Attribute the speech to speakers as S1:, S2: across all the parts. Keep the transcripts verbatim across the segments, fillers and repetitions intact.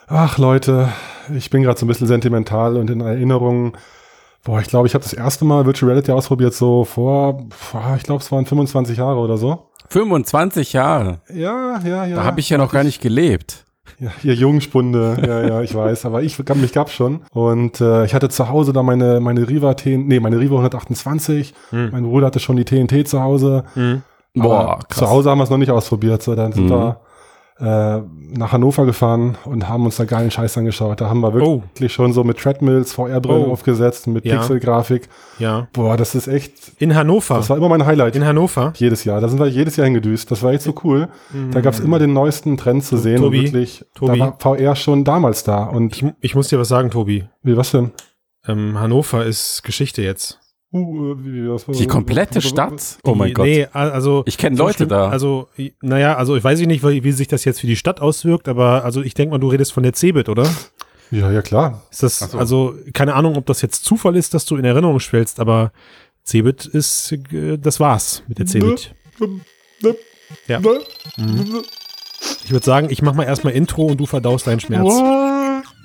S1: Ach Leute, ich bin gerade so ein bisschen sentimental und in Erinnerungen. Boah, ich glaube, ich habe das erste Mal Virtual Reality ausprobiert so vor, ich glaube, es waren fünfundzwanzig Jahre oder so.
S2: fünfundzwanzig Jahre?
S1: Ja, ja, ja.
S2: Da habe ich ja noch gar nicht gelebt.
S1: Ja, ihr Jungspunde, ja, ja, ich weiß, aber ich mich gab's schon. Und äh, ich hatte zu Hause da meine meine Riva T N T, nee, meine Riva hundertachtundzwanzig. Hm. Mein Bruder hatte schon die T N T zu Hause.
S2: Hm. Boah, krass.
S1: Zu Hause haben wir es noch nicht ausprobiert. So, dann sind mhm. wir äh, nach Hannover gefahren und haben uns da geilen Scheiß angeschaut. Da haben wir wirklich oh. schon so mit Treadmills, V R-Brillen oh. aufgesetzt, mit ja. Pixelgrafik.
S3: Ja.
S1: Boah, das ist echt...
S3: In Hannover?
S1: Das war immer mein Highlight.
S3: In Hannover?
S1: Jedes Jahr. Da sind wir jedes Jahr hingedüst. Das war echt so cool. Mhm. Da gab es immer den neuesten Trend zu sehen.
S3: Tobi,
S1: und wirklich,
S3: Tobi.
S1: Da war V R schon damals da. Und
S3: ich, ich muss dir was sagen, Tobi.
S1: Wie, was denn?
S3: Ähm, Hannover ist Geschichte jetzt.
S1: Uh, wie, was,
S2: die komplette Stadt?
S3: Die,
S2: oh mein Gott.
S3: Nee, also
S2: ich kenne
S3: so
S2: Leute
S3: stimmt,
S2: da.
S3: Also, naja, also ich weiß nicht, wie, wie sich das jetzt für die Stadt auswirkt, aber also ich denke mal, du redest von der Cebit, oder?
S1: Ja, ja, klar.
S3: Ist das, so. Also, keine Ahnung, ob das jetzt Zufall ist, dass du in Erinnerung schwelgst, aber Cebit ist, das war's mit der Cebit. Ja. Mhm. Ich würde sagen, ich mach mal erstmal Intro und du verdaust deinen Schmerz.
S1: What?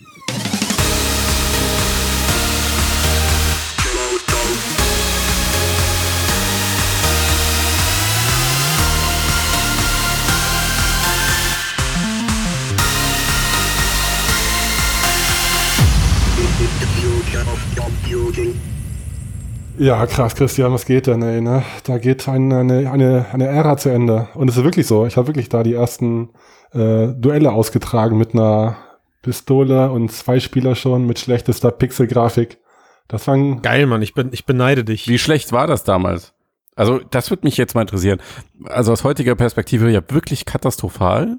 S1: Ja, krass, Christian, was geht denn, ey, ne? Da geht eine, eine, eine, eine Ära zu Ende. Und es ist wirklich so. Ich habe wirklich da die ersten äh, Duelle ausgetragen mit einer Pistole und zwei Spieler schon mit schlechtester Pixelgrafik. Das war ein
S3: geil, Mann. Ich, bin, ich beneide dich.
S2: Wie schlecht war das damals? Also, das würde mich jetzt mal interessieren. Also, aus heutiger Perspektive ja wirklich katastrophal.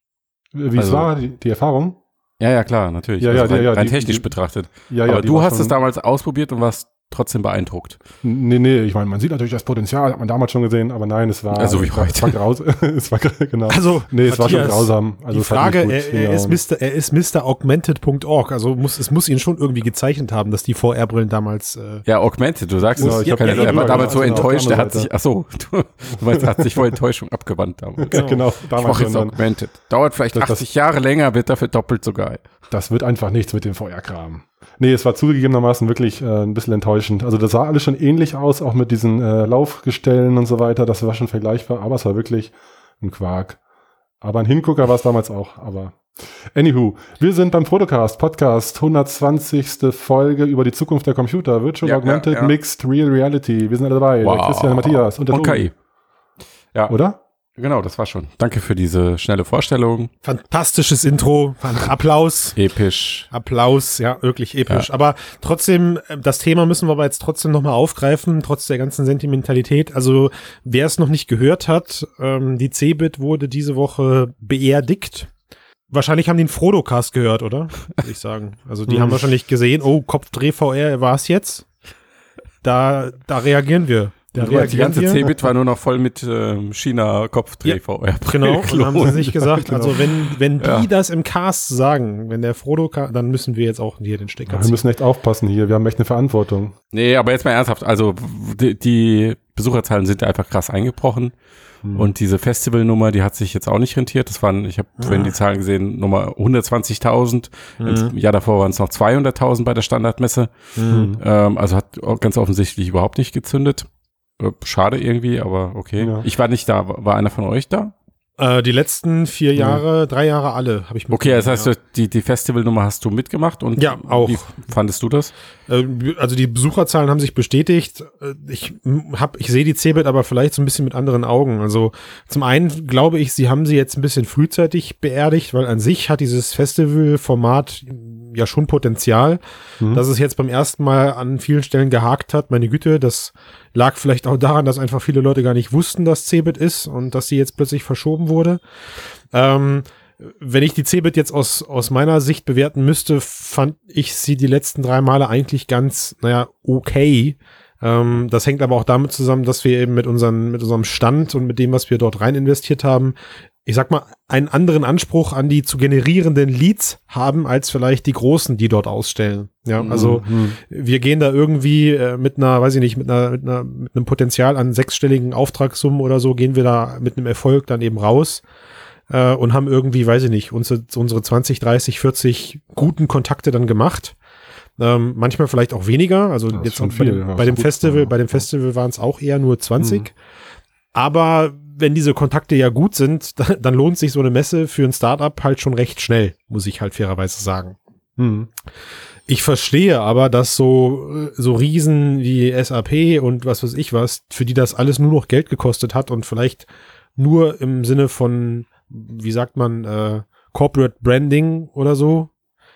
S1: Wie
S2: also,
S1: es war, die, die Erfahrung?
S2: Ja, ja, klar, natürlich.
S1: Ja,
S2: also
S1: ja,
S2: rein,
S1: ja,
S2: rein
S1: die,
S2: technisch
S1: die,
S2: betrachtet.
S1: Ja, ja,
S2: aber du hast
S1: schon,
S2: es damals ausprobiert und warst trotzdem beeindruckt.
S1: Nee, nee, ich meine, man sieht natürlich das Potenzial, hat man damals schon gesehen, aber nein, es war,
S2: also wie heute.
S1: Es war grausam. Es war, genau.
S3: Also,
S1: nee, es
S3: Matthias,
S1: war schon grausam. Also
S3: die Frage, er, er, ist Mister, er ist Mister Augmented Punkt org, also muss, es muss ihn schon irgendwie gezeichnet haben, dass die V R-Brillen damals... Äh
S2: ja, Augmented, du sagst
S1: genau,
S2: es.
S1: Ich
S2: ja,
S1: ja,
S2: er war damals so
S1: also
S2: enttäuscht, der hat sich, ach so, du, du weißt, er hat sich vor Enttäuschung abgewandt damals.
S1: Genau, genau damals
S2: schon. Dann, Augmented. Dauert vielleicht das, achtzig das, Jahre länger, wird dafür doppelt so geil.
S1: Das wird einfach nichts mit dem V R-Kram. Nee, es war zugegebenermaßen wirklich äh, ein bisschen enttäuschend. Also das sah alles schon ähnlich aus, auch mit diesen äh, Laufgestellen und so weiter. Das war schon vergleichbar, aber es war wirklich ein Quark. Aber ein Hingucker war es damals auch. Aber anywho, wir sind beim Fotocast, Podcast, hundertzwanzigste Folge über die Zukunft der Computer. Virtual
S2: ja,
S1: Augmented
S2: ja, ja.
S1: Mixed Real Reality. Wir sind alle dabei.
S2: Wow.
S1: Der Christian, der Matthias und der
S2: und K I. Ja.
S1: Oder?
S2: Genau, das war schon. Danke für diese schnelle Vorstellung.
S3: Fantastisches Intro. Applaus.
S2: Episch.
S3: Applaus, ja, wirklich episch. Ja. Aber trotzdem, das Thema müssen wir aber jetzt trotzdem nochmal aufgreifen, trotz der ganzen Sentimentalität. Also, wer es noch nicht gehört hat, ähm, die Cebit wurde diese Woche beerdigt. Wahrscheinlich haben die einen Frodo-Cast gehört, oder? Würde ich sagen. Also, die haben wahrscheinlich gesehen, oh, Kopfdreh-V R, war es jetzt? Da, da reagieren wir.
S2: Ja, die ganze Cebit war nur noch voll mit ähm, China-Kopfdreh-V R.
S3: Ja, genau, und haben sie sich gesagt,
S1: ja, genau.
S3: also wenn, wenn die
S2: ja.
S3: das im Cast sagen, wenn der Frodo, dann müssen wir jetzt auch hier den Stecker
S1: ja,
S3: ziehen.
S1: wir müssen echt aufpassen hier, wir haben echt eine Verantwortung.
S2: Nee, aber jetzt mal ernsthaft, also die, die Besucherzahlen sind einfach krass eingebrochen hm. und diese Festivalnummer, die hat sich jetzt auch nicht rentiert. Das waren, ich habe ah. vorhin die Zahlen gesehen, Nummer hundertzwanzigtausend. Mhm. Im Jahr davor waren es noch zweihunderttausend bei der Standardmesse. Mhm. Ähm, also hat ganz offensichtlich überhaupt nicht gezündet. Schade irgendwie, aber okay. Ja. Ich war nicht da. War einer von euch da?
S3: Äh, die letzten vier Jahre, ja. drei Jahre alle habe ich mitgemacht.
S2: Okay, das heißt, ja. die, die Festivalnummer hast du mitgemacht und
S3: ja, auch.
S2: Wie fandest du das?
S3: Äh, also die Besucherzahlen haben sich bestätigt. Ich hab, ich sehe die Cebit aber vielleicht so ein bisschen mit anderen Augen. Also zum einen glaube ich, sie haben sie jetzt ein bisschen frühzeitig beerdigt, weil an sich hat dieses Festivalformat ja schon Potenzial. Mhm. Dass es jetzt beim ersten Mal an vielen Stellen gehakt hat, meine Güte, das lag vielleicht auch daran, dass einfach viele Leute gar nicht wussten, dass Cebit ist und dass sie jetzt plötzlich verschoben wurde. Ähm, wenn ich die Cebit jetzt aus, aus meiner Sicht bewerten müsste, fand ich sie die letzten drei Male eigentlich ganz, naja, okay. Ähm, das hängt aber auch damit zusammen, dass wir eben mit, unseren, mit unserem Stand und mit dem, was wir dort rein investiert haben, ich sag mal, einen anderen Anspruch an die zu generierenden Leads haben, als vielleicht die Großen, die dort ausstellen. Ja, also mhm. wir gehen da irgendwie äh, mit einer, weiß ich nicht, mit einer, mit einer, mit einem Potenzial an sechsstelligen Auftragssummen oder so, gehen wir da mit einem Erfolg dann eben raus. äh, und haben irgendwie, weiß ich nicht, unsere, unsere zwanzig, dreißig, vierzig guten Kontakte dann gemacht. Ähm, manchmal vielleicht auch weniger. Also
S1: das
S3: jetzt
S1: schon
S3: bei
S1: viel,
S3: dem,
S1: ja,
S3: bei dem
S1: gut,
S3: Festival,
S1: ja.
S3: bei dem Festival waren es auch eher nur zwanzig.
S1: Mhm.
S3: Aber wenn diese Kontakte ja gut sind, dann, dann lohnt sich so eine Messe für ein Startup halt schon recht schnell, muss ich halt fairerweise sagen.
S1: Mhm.
S3: Ich verstehe aber, dass so, so Riesen wie S A P und was weiß ich was, für die das alles nur noch Geld gekostet hat und vielleicht nur im Sinne von, wie sagt man, äh, Corporate Branding oder so,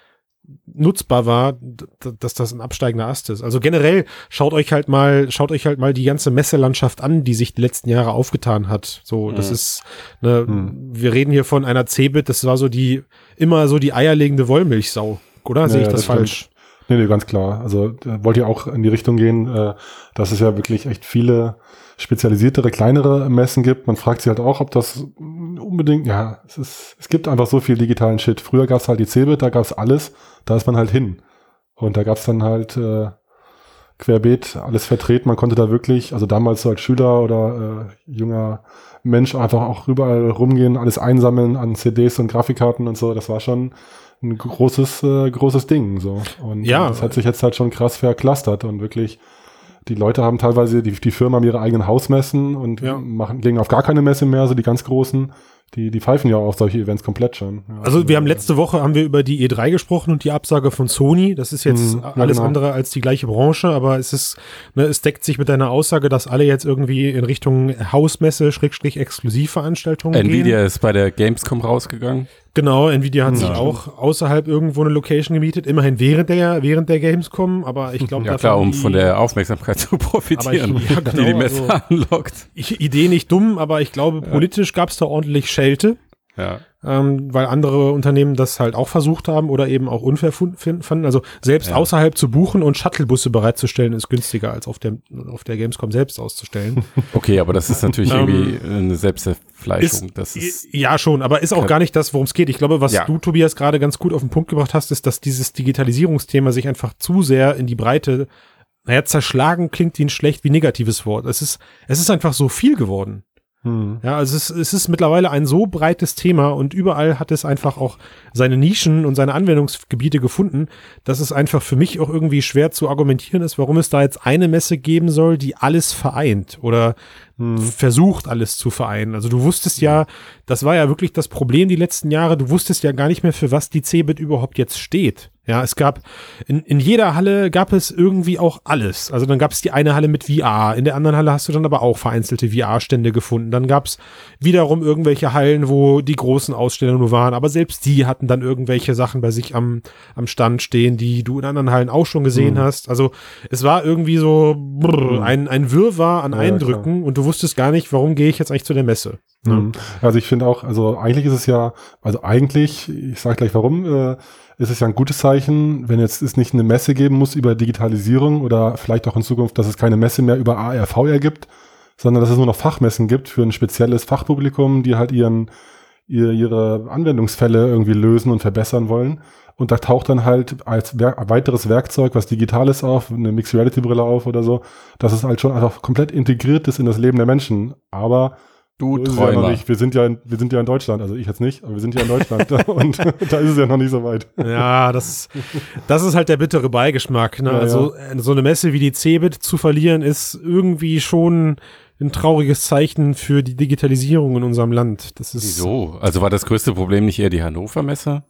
S3: nutzbar war, d- dass das ein absteigender Ast ist. Also generell schaut euch halt mal, schaut euch halt mal die ganze Messelandschaft an, die sich die letzten Jahre aufgetan hat. So, das
S2: Mhm.
S3: ist, ne,
S1: Mhm.
S3: wir reden hier von einer Cebit, das war so die, immer so die eierlegende Wollmilchsau. Oder sehe
S1: Ja,
S3: ich das,
S1: das stimmt.
S3: falsch?
S1: Nee, nee, ganz klar. Also da wollt ihr auch in die Richtung gehen, äh, dass es ja wirklich echt viele spezialisiertere, kleinere Messen gibt. Man fragt sich halt auch, ob das unbedingt, ja, es ist, es gibt einfach so viel digitalen Shit. Früher gab es halt die Cebit, da gab es alles, da ist man halt hin. Und da gab es dann halt äh, querbeet alles vertreten. Man konnte da wirklich, also damals so als Schüler oder äh, junger Mensch einfach auch überall rumgehen, alles einsammeln an C Ds und Grafikkarten und so. Das war schon ein großes, äh, großes Ding. So. Und
S3: Ja.
S1: das hat sich jetzt halt schon krass verklustert und wirklich, die Leute haben teilweise, die, die Firmen haben ihre eigenen Hausmessen und
S3: Ja.
S1: machen, legen auf gar keine Messe mehr, so die ganz großen. Die, die pfeifen ja auf solche Events komplett schon. Ja,
S3: Also wir haben letzte Woche haben wir über die E drei gesprochen und die Absage von Sony. Das ist jetzt
S1: Mhm, ja,
S3: alles
S1: genau.
S3: andere als die gleiche Branche, aber es ist, ne, es deckt sich mit deiner Aussage, dass alle jetzt irgendwie in Richtung Hausmesse, Schrägstrich Exklusivveranstaltungen gehen.
S2: Nvidia ist bei der Gamescom rausgegangen.
S3: Genau, Nvidia hat
S1: Ja.
S3: sich auch außerhalb irgendwo eine Location gemietet, immerhin während der, während der Gamescom, aber ich glaube,
S2: Ja klar, um von der Aufmerksamkeit zu profitieren,
S3: Aber ich- ja, genau,
S2: die die Messe
S3: also-
S2: anlockt.
S3: ich, Idee nicht dumm, aber ich glaube, politisch gab es da ordentlich Schelte.
S2: Ja.
S3: Ähm, weil andere Unternehmen das halt auch versucht haben oder eben auch unfair fun- fin- fanden. Also selbst
S2: Ja.
S3: außerhalb zu buchen und Shuttlebusse bereitzustellen, ist günstiger als auf der, auf der Gamescom selbst auszustellen.
S2: Okay, aber das ist natürlich
S3: Ähm,
S2: irgendwie eine Selbsterfleischung.
S3: ist,
S2: Das ist,
S3: ja, schon, aber ist auch gar nicht das, worum es geht. Ich glaube, was
S2: Ja.
S3: du, Tobias, gerade ganz gut auf den Punkt gebracht hast, ist, dass dieses Digitalisierungsthema sich einfach zu sehr in die Breite, naja, zerschlagen klingt wie ein schlecht, wie negatives Wort. Es ist, es ist einfach so viel geworden.
S1: Hm.
S3: Ja, also es, es ist mittlerweile ein so breites Thema und überall hat es einfach auch seine Nischen und seine Anwendungsgebiete gefunden, dass es einfach für mich auch irgendwie schwer zu argumentieren ist, warum es da jetzt eine Messe geben soll, die alles vereint oder
S1: Hm.
S3: versucht, alles zu vereinen. Also du wusstest ja, das war ja wirklich das Problem die letzten Jahre, du wusstest ja gar nicht mehr, für was die Cebit überhaupt jetzt steht. Ja, es gab, in, in jeder Halle gab es irgendwie auch alles. Also dann gab es die eine Halle mit V R, in der anderen Halle hast du dann aber auch vereinzelte V R-Stände gefunden. Dann gab es wiederum irgendwelche Hallen, wo die großen Aussteller nur waren, aber selbst die hatten dann irgendwelche Sachen bei sich am, am Stand stehen, die du in anderen Hallen auch schon gesehen
S1: Mhm.
S3: hast. Also es war irgendwie so brrr, ein, ein Wirrwarr an
S1: Ja,
S3: Eindrücken und du wusstest gar nicht, warum gehe ich jetzt eigentlich zu der Messe. Ne?
S1: Mhm. Also ich finde auch, also eigentlich ist es ja, also eigentlich, ich sage gleich warum, äh, ist es ja ein gutes Zeichen, wenn jetzt es nicht eine Messe geben muss über Digitalisierung oder vielleicht auch in Zukunft, dass es keine Messe mehr über A R V R gibt, sondern dass es nur noch Fachmessen gibt für ein spezielles Fachpublikum, die halt ihren, ihr, ihre Anwendungsfälle irgendwie lösen und verbessern wollen. Und da taucht dann halt als Wer- weiteres Werkzeug was Digitales auf, eine Mixed Reality Brille auf oder so, dass es halt schon einfach komplett integriert ist in das Leben der Menschen. Aber
S2: du
S1: so ist es ja noch
S2: Träumer.
S1: nicht. Wir sind ja, in, wir sind ja in Deutschland, also ich jetzt nicht, aber wir sind ja in Deutschland und da ist es ja noch nicht so weit.
S3: Ja, das, das ist halt der bittere Beigeschmack. Ne?
S1: Ja,
S3: also äh, so eine Messe wie die Cebit zu verlieren, ist irgendwie schon ein trauriges Zeichen für die Digitalisierung in unserem Land. Das ist
S2: Wieso? Also war das größte Problem nicht eher die Hannover Messe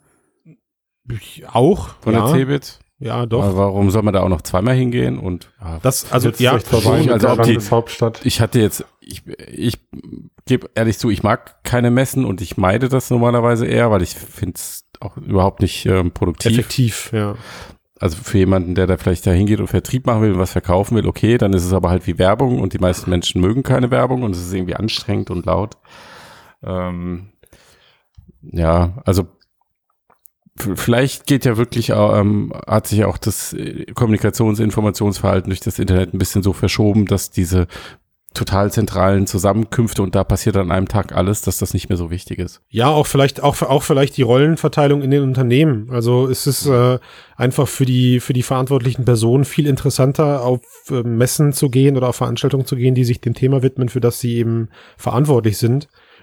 S3: auch
S2: von
S3: ja,
S2: der Cebit?
S3: ja, doch.
S2: Aber warum soll man da auch noch zweimal hingehen? Und ja,
S3: Das, also
S1: Jetzt
S3: ja,
S1: ist echt vorbei mit
S2: also
S1: der
S2: ob die-
S1: Landeshauptstadt.
S2: ich hatte jetzt, ich, ich gebe ehrlich zu, ich mag keine Messen und ich meide das normalerweise eher, weil ich finde es auch überhaupt nicht ähm, produktiv.
S3: effektiv, ja.
S2: Also für jemanden, der da vielleicht da hingeht und Vertrieb machen will und was verkaufen will, okay, dann ist es aber halt wie Werbung und die meisten Menschen mögen keine Werbung und es ist irgendwie anstrengend und laut. Ähm, ja, also v- vielleicht geht ja wirklich, ähm, hat sich auch das äh, Kommunikations- Informationsverhalten durch das Internet ein bisschen so verschoben, dass diese total zentralen Zusammenkünfte und da passiert an einem Tag alles, dass das nicht mehr so wichtig ist.
S3: Ja, auch vielleicht, auch, auch vielleicht die Rollenverteilung in den Unternehmen. Also es ist äh, einfach für die, für die verantwortlichen Personen viel interessanter, auf äh, Messen zu gehen oder auf Veranstaltungen zu gehen, die sich dem Thema widmen, für das sie eben verantwortlich sind.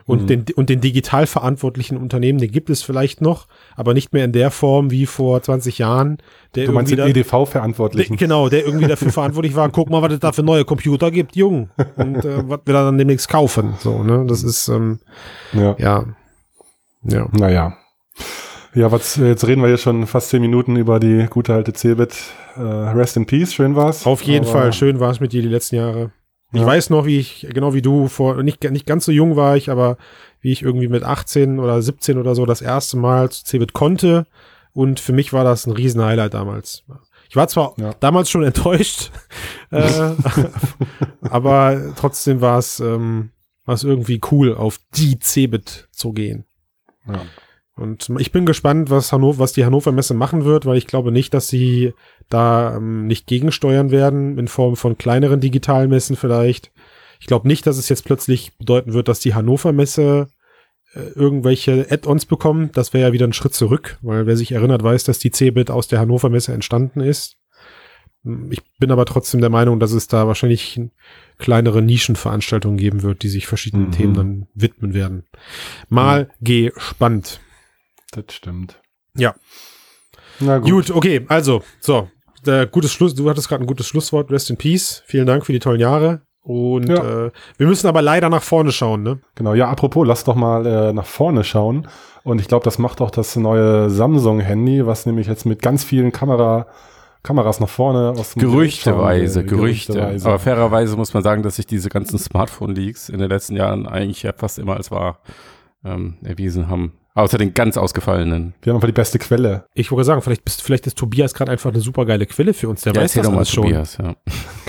S3: Und,
S1: Mhm.
S3: den, und den digital verantwortlichen Unternehmen, den gibt es vielleicht noch, aber nicht mehr in der Form wie vor zwanzig Jahren. Der
S1: Du meinst den
S3: irgendwie
S1: E
S3: da,
S1: D V-Verantwortlichen?
S3: der, genau, der irgendwie dafür verantwortlich war. Guck mal, was es da für neue Computer gibt, Jung. Und äh, was wir da dann demnächst kaufen. So, ne? Das ist, ähm,
S1: Ja.
S3: ja. Ja.
S1: Naja. Ja, was, jetzt reden wir hier schon fast zehn Minuten über die gute alte Cebit. Äh, Rest in Peace, schön war's.
S3: Auf jeden
S1: Aber-
S3: Fall, schön war es mit dir die letzten Jahre. Ich
S1: Ja.
S3: weiß noch, wie ich, genau wie du, vor nicht, nicht ganz so jung war ich, aber wie ich irgendwie mit achtzehn oder siebzehn oder so das erste Mal zu Cebit konnte. Und für mich war das ein Riesen-Highlight damals. Ich war zwar
S1: Ja.
S3: damals schon enttäuscht, äh, aber trotzdem war es ähm, war es irgendwie cool, auf die Cebit zu gehen.
S1: Ja.
S3: Und ich bin gespannt, was Hannover, was die Hannover Messe machen wird, weil ich glaube nicht, dass sie da ähm, nicht gegensteuern werden, in Form von kleineren digitalen Messen vielleicht. Ich glaube nicht, dass es jetzt plötzlich bedeuten wird, dass die Hannover Messe äh, irgendwelche Add-ons bekommen. Das wäre ja wieder ein Schritt zurück, weil wer sich erinnert, weiß, dass die Cebit aus der Hannover Messe entstanden ist. Ich bin aber trotzdem der Meinung, dass es da wahrscheinlich kleinere Nischenveranstaltungen geben wird, die sich verschiedenen
S1: Mhm.
S3: Themen dann widmen werden. Mal gespannt.
S1: Das stimmt.
S3: Ja.
S1: Na gut.
S3: Gut, okay, also, so, der gutes Schluss, du hattest gerade ein gutes Schlusswort, Rest in Peace, vielen Dank für die tollen Jahre und
S1: Ja.
S3: äh, wir müssen aber leider nach vorne schauen, ne?
S1: Genau, ja, apropos, lass doch mal äh, nach vorne schauen. Und ich glaube, das macht auch das neue Samsung-Handy, was nämlich jetzt mit ganz vielen Kamera, Kameras nach vorne aus dem
S2: Gerüchteweise,
S1: Gerücht schauen will.
S2: Gerüchte.
S1: Gerüchteweise.
S2: Aber fairerweise muss man sagen, dass sich diese ganzen Smartphone-Leaks in den letzten Jahren eigentlich ja fast immer als wahr ähm, erwiesen haben. Außer den ganz ausgefallenen.
S1: Wir haben einfach die beste Quelle.
S3: Ich wollte sagen, vielleicht, bist, vielleicht ist Tobias gerade einfach eine super geile Quelle für uns, der
S2: Ja,
S3: weiß
S2: erzähl
S3: das
S2: doch mal,
S3: alles schon.
S2: Tobias. Ja.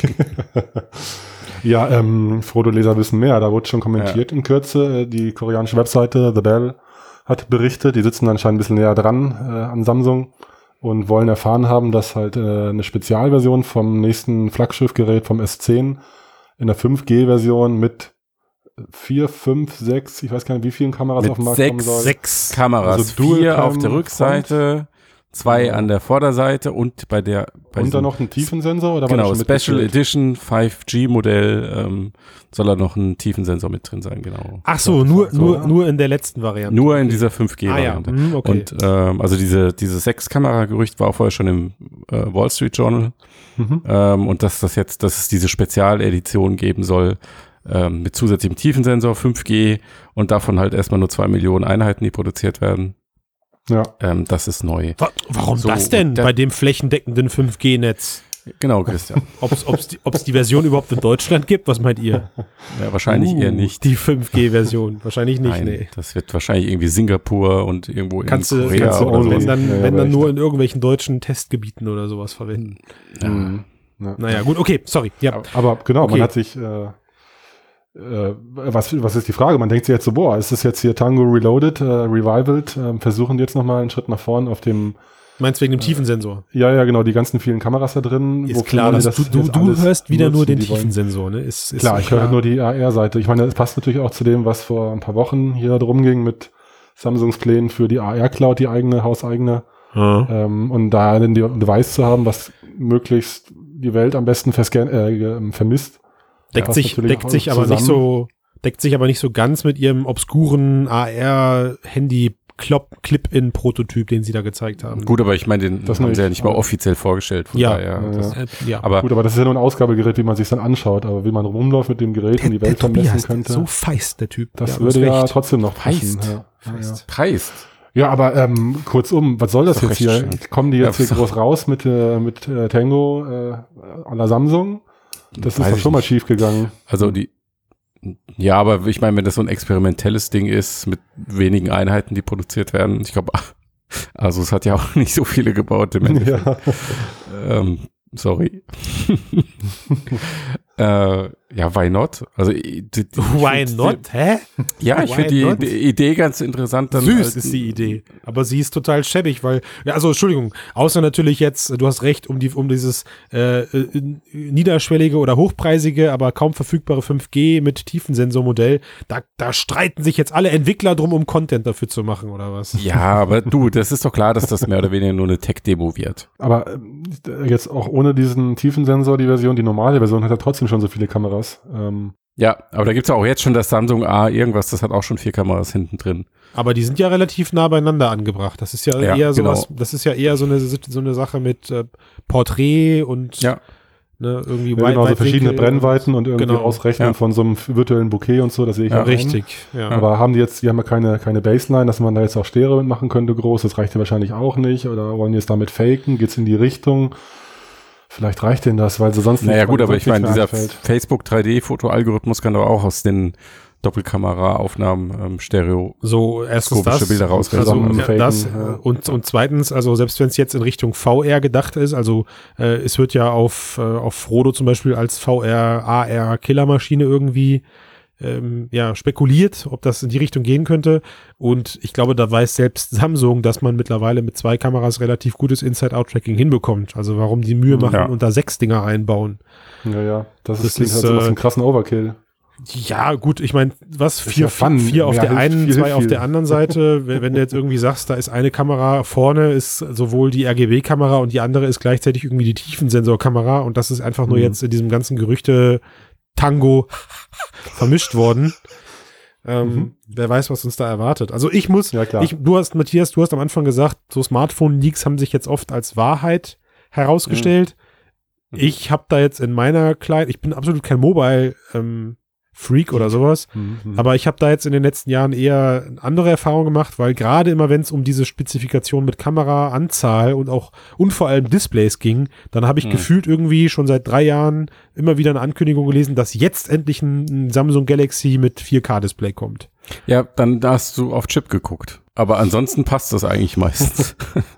S1: Ja, ähm, Frodo-Leser wissen mehr. Da wurde schon kommentiert in Kürze. Äh, Die koreanische Webseite The Bell hat berichtet, die sitzen anscheinend ein bisschen näher dran äh, an Samsung und wollen erfahren haben, dass halt äh, eine Spezialversion vom nächsten Flaggschiffgerät vom S zehn in der fünf G-Version mit vier, fünf, sechs, ich weiß gar nicht, wie vielen Kameras
S2: Mit
S1: auf den Markt
S2: sechs,
S1: kommen soll.
S3: Sechs.
S2: Kameras,
S1: Also Dual
S2: vier
S1: Cam
S2: auf der Rückseite, zwei
S1: Ja.
S2: an der Vorderseite und bei der bei
S1: Und
S2: diesem-
S1: dann noch einen Tiefensensor? Oder war
S2: genau,
S1: das schon
S2: Special
S1: mitgezählt?
S2: Edition fünf G Modell ähm, soll da noch ein Tiefensensor mit drin sein, genau.
S3: Ach so,
S1: So,
S3: nur,
S1: so,
S3: nur,
S1: ja.
S3: nur in der letzten Variante.
S2: Nur in dieser fünf G
S3: Ah ja,
S2: Variante.
S3: hm, okay.
S2: Und ähm, also diese diese sechs Kamera Gerücht war auch vorher schon im äh, Wall Street Journal
S1: Mhm.
S2: ähm, und dass das jetzt, dass es diese Spezialedition geben soll ähm, mit zusätzlichem Tiefensensor fünf G und davon halt erstmal nur zwei Millionen Einheiten, die produziert werden.
S1: Ja.
S2: Ähm, das ist neu.
S3: Wa- Warum
S2: So,
S3: das denn
S2: und der-
S3: bei dem flächendeckenden fünf G Netz?
S2: Genau, Christian.
S3: Ob es die, ob's die Version überhaupt in Deutschland gibt? Was meint ihr?
S2: Ja, wahrscheinlich
S3: Uh,
S2: eher nicht.
S3: Die fünf G-Version. Wahrscheinlich nicht,
S2: Nein,
S3: nee.
S2: das wird wahrscheinlich irgendwie Singapur und irgendwo
S3: Kannst
S2: in
S3: du,
S2: Korea
S3: kannst du
S2: oder
S1: only.
S2: sowas.
S3: wenn dann,
S1: Ja, ja,
S3: wenn
S1: aber
S3: dann
S1: echt.
S3: nur in irgendwelchen deutschen Testgebieten oder sowas verwenden.
S2: Ja.
S1: Mhm. Ja.
S3: Naja, gut, okay, sorry. Ja.
S1: Aber genau,
S3: Okay.
S1: man hat sich, äh, äh, was, was ist die Frage? Man denkt sich jetzt so, boah, ist das jetzt hier Tango Reloaded, äh, Revivaled? Äh, versuchen die jetzt nochmal einen Schritt nach vorn auf dem,
S3: Meinst du wegen dem Tiefensensor?
S1: ja, ja, genau, die ganzen vielen Kameras da drin.
S3: Ist
S1: wofür
S3: klar,
S1: wollen die
S3: dass du,
S1: das
S3: du,
S1: jetzt
S3: du
S1: alles
S3: hörst wieder nur
S1: nutzen?
S3: den
S1: Die wollen-
S3: Tiefensensor, ne? Ist, ist
S1: Klar,
S3: so
S1: ich höre
S3: klar.
S1: nur die A R-Seite. Ich meine, das passt natürlich auch zu dem, was vor ein paar Wochen hier drum ging mit Samsungs Plänen für die A R-Cloud, die eigene, hauseigene.
S3: Ja.
S1: Ähm, und da ein De- Device zu haben, was möglichst die Welt am besten verscan äh, ge- vermisst.
S3: Deckt
S1: passt
S3: sich,
S1: natürlich
S3: deckt
S1: auch
S3: sich aber nicht
S1: zusammen.
S3: so, deckt sich aber nicht so ganz mit ihrem obskuren A R-Handy-Clip-In-Prototyp, den sie da gezeigt haben.
S2: Gut, aber ich meine, den
S1: Das
S2: haben
S1: nicht,
S2: sie ja nicht mal
S1: aber-
S2: offiziell vorgestellt. Von
S3: Ja.
S2: daher,
S1: Ja,
S2: das,
S1: ja.
S3: Äh, ja.
S2: Aber
S1: Gut, aber das ist ja nur ein Ausgabegerät, wie man sich dann anschaut. Aber wie man rumläuft mit dem Gerät und die Welt vermessen
S3: Tobias,
S1: könnte,
S3: so feist, der Typ.
S1: das
S3: Ja, du
S1: würde
S3: hast
S1: ja
S3: recht.
S1: trotzdem noch passen.
S2: Feist.
S1: Ja, ja, ja.
S3: Feist.
S2: preist.
S1: ja, aber ähm, kurzum, was soll das
S2: Ist doch
S1: jetzt hier?
S2: recht schön.
S1: Kommen die jetzt
S2: Ja,
S1: hier groß raus mit, äh, mit äh, Tango äh, à la Samsung? Das ist
S2: Weiß
S1: doch
S2: ich
S1: schon mal
S2: nicht.
S1: schief gegangen.
S2: Also die, ja, aber ich meine, wenn das so ein experimentelles Ding ist mit wenigen Einheiten, die produziert werden, ich glaube, also es hat ja auch nicht so viele gebaut im Endeffekt.
S1: Ja.
S2: Ähm, sorry. äh, ja, why not? Also die, die,
S3: Why
S2: ich find-
S3: not? Hä?
S2: Ja, ich
S3: Why
S2: finde die,
S3: not?
S2: die Idee ganz interessant. Dann
S3: Süß
S2: halt-
S3: ist die Idee, aber sie ist total schäbig, weil, ja, also Entschuldigung, außer natürlich jetzt, du hast recht, um die, um dieses äh, äh, niederschwellige oder hochpreisige, aber kaum verfügbare fünf G mit Tiefensensormodell, da, da streiten sich jetzt alle Entwickler drum, um Content dafür zu machen, oder was?
S2: Ja, aber du, das ist doch klar, dass das mehr oder weniger nur eine Tech-Demo wird.
S1: Aber ähm, jetzt auch ohne diesen Tiefensensor, die Version, die normale Version hat ja trotzdem schon so viele Kameras. Ähm,
S2: Ja, aber da gibt's ja auch jetzt schon das Samsung A irgendwas, das hat auch schon vier Kameras hinten drin.
S3: Aber die sind ja relativ nah beieinander angebracht. Das ist ja,
S2: Ja,
S3: eher
S2: genau.
S3: sowas, das ist ja eher so eine, so eine Sache mit äh, Porträt und
S2: Ja.
S3: ne, irgendwie
S1: ja, genau, so verschiedene
S3: Weitwinkel
S1: Brennweiten und irgendwie
S3: genau.
S1: Ausrechnen
S2: Ja.
S1: von so einem virtuellen Bouquet und so, das sehe ich
S2: Ja,
S1: auch ein.
S3: Richtig, ja.
S1: Aber haben die jetzt, die haben ja keine, keine Baseline, dass man da jetzt auch Stereo mitmachen könnte groß, das reicht ja wahrscheinlich auch nicht. Oder wollen die jetzt damit faken? Geht's in die Richtung? Vielleicht reicht denen das, weil sie sonst
S2: Naja
S1: nicht
S2: gut, aber
S1: sonst
S2: ich meine,
S1: nichts mehr
S2: dieser
S1: einfällt.
S2: Facebook drei D-Foto-Algorithmus kann doch auch aus den Doppelkamera-Aufnahmen ähm, Stereo.
S3: So, erstens
S2: Skopische
S3: das,
S2: Bilder rausrechnen.
S3: also,
S1: Zusammen
S3: ja,
S1: faken,
S3: das
S1: ja.
S3: und, und zweitens, also selbst wenn es jetzt in Richtung V R gedacht ist, also äh, es wird ja auf, äh, auf Frodo zum Beispiel als V R, A R-Killermaschine irgendwie ähm, ja, spekuliert, ob das in die Richtung gehen könnte. Und ich glaube, da weiß selbst Samsung, dass man mittlerweile mit zwei Kameras relativ gutes Inside-Out-Tracking hinbekommt. Also warum die Mühe machen
S2: Ja.
S3: und da sechs Dinger reinbauen.
S1: Ja, ja, das,
S3: Das
S1: ist, klingt
S3: ist,
S1: halt so nach
S3: äh,
S1: einem krassen Overkill.
S3: Ja, gut, ich meine, was,
S1: Ist
S3: vier,
S1: ja fun.
S3: vier auf
S1: Ja,
S3: der
S1: hilft
S3: einen,
S1: viel,
S3: zwei
S1: hilft
S3: auf
S1: viel.
S3: der anderen Seite. wenn, wenn du jetzt irgendwie sagst, da ist eine Kamera vorne, ist sowohl die R G B-Kamera und die andere ist gleichzeitig irgendwie die Tiefensensorkamera und das ist einfach nur
S1: Mhm.
S3: jetzt in diesem ganzen Gerüchte-Tango vermischt worden. Ähm,
S1: Mhm.
S3: Wer weiß, was uns da erwartet. Also ich muss,
S1: Ja, klar.
S3: ich, du hast, Matthias, du hast am Anfang gesagt, so Smartphone-Leaks haben sich jetzt oft als Wahrheit herausgestellt.
S2: Mhm.
S3: Ich habe da jetzt in meiner kleinen, ich bin absolut kein Mobile ähm, Freak oder sowas,
S1: Mhm, mhm.
S3: aber ich habe da jetzt in den letzten Jahren eher andere Erfahrungen gemacht, weil gerade immer, wenn es um diese Spezifikation mit Kamera, Anzahl und auch und vor allem Displays ging, dann habe ich
S2: Mhm.
S3: gefühlt irgendwie schon seit drei Jahren immer wieder eine Ankündigung gelesen, dass jetzt endlich ein, ein Samsung Galaxy mit vier K-Display kommt.
S2: Ja, dann hast du auf Chip geguckt. Aber ansonsten passt das eigentlich meistens.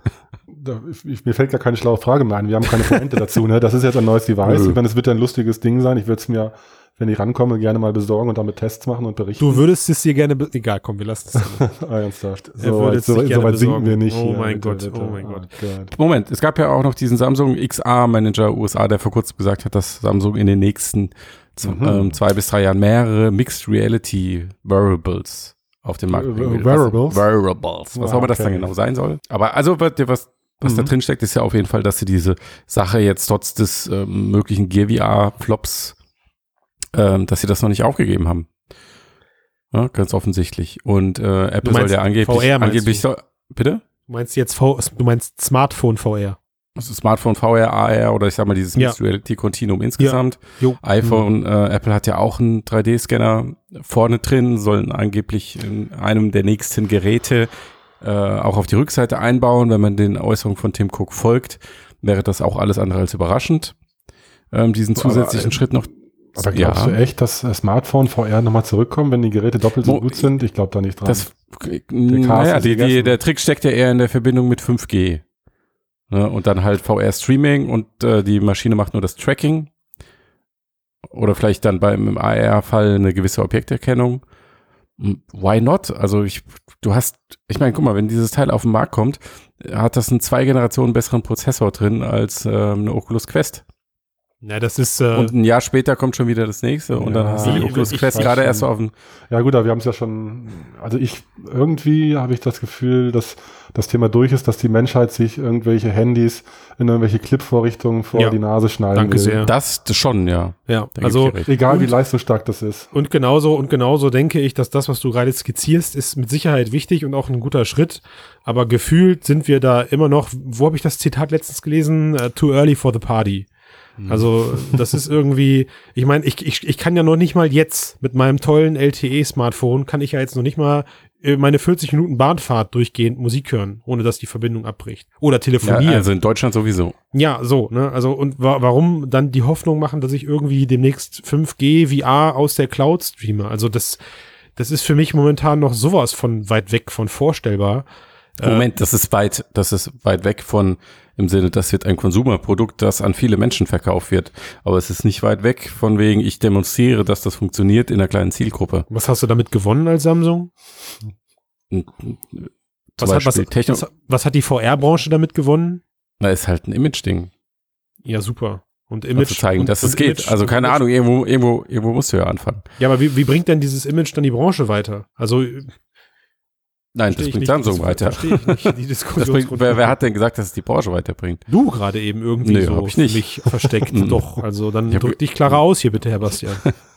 S1: Da, ich, mir fällt gar keine schlaue Frage mehr ein. Wir haben keine Pointe dazu. Ne? Das ist jetzt ein neues Device.
S2: Nö.
S1: Ich meine, es wird ja ein lustiges Ding sein. Ich würde es mir, wenn ich rankomme, gerne mal besorgen und damit Tests machen und berichten.
S3: Du würdest es dir gerne, be- egal, komm, wir lassen es.
S1: ah, ernsthaft.
S3: Er
S1: So
S3: würde
S1: weit,
S3: es
S1: so,
S3: sich
S1: so
S3: gerne
S1: weit sinken
S3: besorgen.
S1: wir nicht.
S3: Oh
S1: hier.
S3: mein
S1: Bitte,
S3: Gott,
S1: bitte.
S3: oh mein Gott.
S1: Gott.
S2: Moment, es gab ja auch noch diesen Samsung X R-Manager U S A, der vor kurzem gesagt hat, dass Samsung in den nächsten z-
S1: Mhm.
S2: ähm, zwei bis drei Jahren mehrere Mixed Reality Wearables auf den Markt
S1: Äh,
S2: bringen will.
S1: Wearables?
S2: Was, Wearables. Was
S1: Ah,
S2: auch immer das dann
S1: okay.
S2: genau sein soll. Aber also, was, was da
S1: Mhm.
S2: drin steckt, ist ja auf jeden Fall, dass sie diese Sache jetzt trotz des ähm, möglichen Gear V R-Flops, ähm, dass sie das noch nicht aufgegeben haben. Ja, ganz offensichtlich. Und äh, Apple soll
S3: meinst
S2: ja angeblich,
S3: V R meinst
S2: angeblich
S3: du?
S2: soll, bitte?
S3: Du meinst jetzt v, du meinst Smartphone V R.
S2: Also Smartphone V R, A R oder ich sag mal dieses
S3: Ja.
S2: Mixed Reality Continuum insgesamt.
S3: Jo.
S2: iPhone, äh, Apple hat ja auch einen drei D-Scanner vorne drin, sollen angeblich in einem der nächsten Geräte äh, auch auf die Rückseite einbauen. Wenn man den Äußerungen von Tim Cook folgt, wäre das auch alles andere als überraschend, ähm, diesen
S1: Aber,
S2: zusätzlichen
S1: äh,
S2: Schritt noch.
S1: Aber glaubst du echt, dass äh, Smartphone V R nochmal zurückkommen, wenn die Geräte doppelt so
S2: Mo-
S1: gut sind? Ich glaube da nicht dran.
S2: Das, naja,
S1: ist
S2: die, die,
S1: gegessen.
S2: der Trick steckt ja eher in der Verbindung mit fünf G. Ne, und dann halt V R-Streaming und äh, die Maschine macht nur das Tracking. Oder vielleicht dann beim im A R-Fall eine gewisse Objekterkennung. M- Why not? Also ich, du hast, ich meine, guck mal, wenn dieses Teil auf den Markt kommt, hat das einen zwei Generationen besseren Prozessor drin als äh, eine Oculus Quest.
S3: Ja, das ist, äh,
S2: Und ein Jahr später kommt schon wieder das nächste und dann
S1: Ja,
S2: hast du die
S3: ich-
S2: Oculus
S3: ich
S2: Quest
S1: weiß
S2: gerade
S1: schon.
S2: erst so auf dem.
S1: Ja gut, aber wir haben es ja schon, also ich, irgendwie habe ich das Gefühl, dass das Thema durch ist, dass die Menschheit sich irgendwelche Handys in irgendwelche Clip-Vorrichtungen vor
S3: Ja.
S1: die Nase schneiden
S3: Danke
S1: will.
S3: sehr.
S2: Das schon, ja.
S3: ja,
S2: Da
S3: also,
S2: geb ich dir recht.
S1: Egal wie
S3: Und-
S1: leistungsstark das ist.
S3: und genauso, und genauso denke ich, dass das, was du gerade skizzierst, ist mit Sicherheit wichtig und auch ein guter Schritt. Aber gefühlt sind wir da immer noch, wo habe ich das Zitat letztens gelesen? Uh, too early for the party. Also, das ist irgendwie, ich meine, ich, ich, ich kann ja noch nicht mal jetzt mit meinem tollen L T E-Smartphone, kann ich ja jetzt noch nicht mal äh, meine vierzig Minuten Bahnfahrt durchgehend Musik hören, ohne dass die Verbindung abbricht. Oder
S2: Ja,
S3: telefonieren.
S2: also in Deutschland sowieso.
S3: Ja, so, ne? Also, und wa warum dann die Hoffnung machen, dass ich irgendwie demnächst fünf G V R aus der Cloud streame? Also, das, das ist für mich momentan noch sowas von weit weg von vorstellbar.
S2: Moment, das ist weit, das ist weit weg von, im Sinne, das wird ein Konsumerprodukt, das an viele Menschen verkauft wird. Aber es ist nicht weit weg von wegen, ich demonstriere, dass das funktioniert in einer kleinen Zielgruppe.
S3: Was hast du damit gewonnen als Samsung?
S2: Zum
S3: Was hat, was,
S2: Beispiel Techno,
S3: was, was hat die V R-Branche damit gewonnen?
S2: na, ist halt ein Image-Ding.
S3: Ja, super. Und
S2: Image,
S3: Image.
S2: zu zeigen,
S3: und,
S2: dass
S3: und
S2: es geht.
S3: Image,
S2: Also keine
S3: Image.
S2: Ahnung, irgendwo, irgendwo, irgendwo musst du ja anfangen.
S3: Ja, aber wie, wie bringt denn dieses Image dann die Branche weiter? Also,
S2: Nein,
S3: Versteh
S2: das
S3: ich
S2: bringt
S3: nicht,
S2: Samsung
S3: das
S2: weiter.
S3: Verstehe ich nicht, die
S2: Das bringt, wer, wer hat denn gesagt, dass es die Porsche weiterbringt?
S3: Du gerade eben irgendwie
S2: Nee,
S3: so
S2: hab ich nicht.
S3: mich versteckt. Doch, also dann
S2: Ich hab-
S3: drück dich klarer aus hier bitte, Herr Bastian.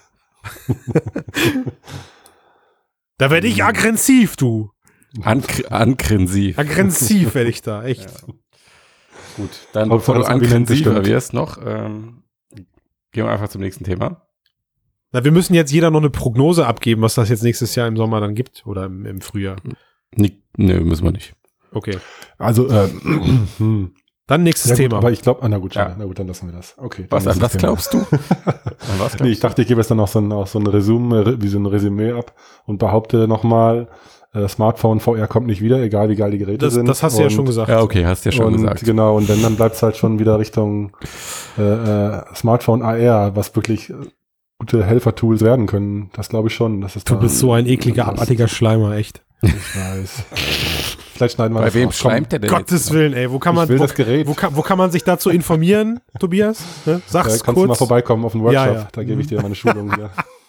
S3: Da werde ich aggressiv, du.
S2: Ankr ankrensiv.
S3: Aggressiv werde ich da, echt.
S2: Ja. Gut, dann
S1: Hauptsache,
S2: bevor du
S1: das Argument
S2: ankrensiver
S1: bestimmt.
S2: wirst noch, ähm, gehen wir einfach zum nächsten Thema.
S3: Na, wir müssen jetzt jeder noch eine Prognose abgeben, was das jetzt nächstes Jahr im Sommer dann gibt oder im, im Frühjahr.
S2: Nee, nee, müssen wir nicht.
S3: Okay.
S1: Also, äh, hm.
S3: Dann nächstes
S1: ja, gut,
S3: Thema.
S1: aber ich glaube, ah, na gut,
S2: Ja.
S1: schade. Na gut, dann lassen wir das. Okay.
S2: Was,
S1: dann
S2: an
S1: nächstes
S2: was
S1: Thema.
S2: glaubst du? An was glaubst
S1: Nee, ich
S2: du?
S1: dachte, ich gebe jetzt dann noch so ein, auch so ein Resümee, wie so ein Resümee ab und behaupte nochmal, äh, Smartphone V R kommt nicht wieder, egal wie geil die Geräte
S3: das,
S1: sind.
S3: das hast du ja
S1: Und-
S3: schon gesagt.
S2: Ja, okay, hast du ja schon
S1: und
S2: gesagt.
S1: genau, und wenn, dann bleibt es halt schon wieder Richtung äh, äh, Smartphone A R, was wirklich äh, gute Helfer-Tools werden können. Das glaube ich schon. Das ist
S3: Du
S1: da-
S3: bist so ein ekliger, abartiger Schleimer, echt.
S1: Ich weiß. Vielleicht schneiden wir
S2: Bei
S1: das
S2: wem
S1: raus. Komm,
S2: schleimt der denn
S3: Gottes
S2: jetzt?
S3: Willen, ey. Wo kann man,
S1: Ich will
S3: wo,
S1: das Gerät.
S3: wo, kann, wo kann man sich dazu informieren, Tobias? Ne?
S1: Äh,
S3: Sag's
S1: kannst du
S3: kurz.
S1: mal vorbeikommen auf den Workshop,
S3: Ja, ja.
S1: da gebe ich dir meine Schulung hier.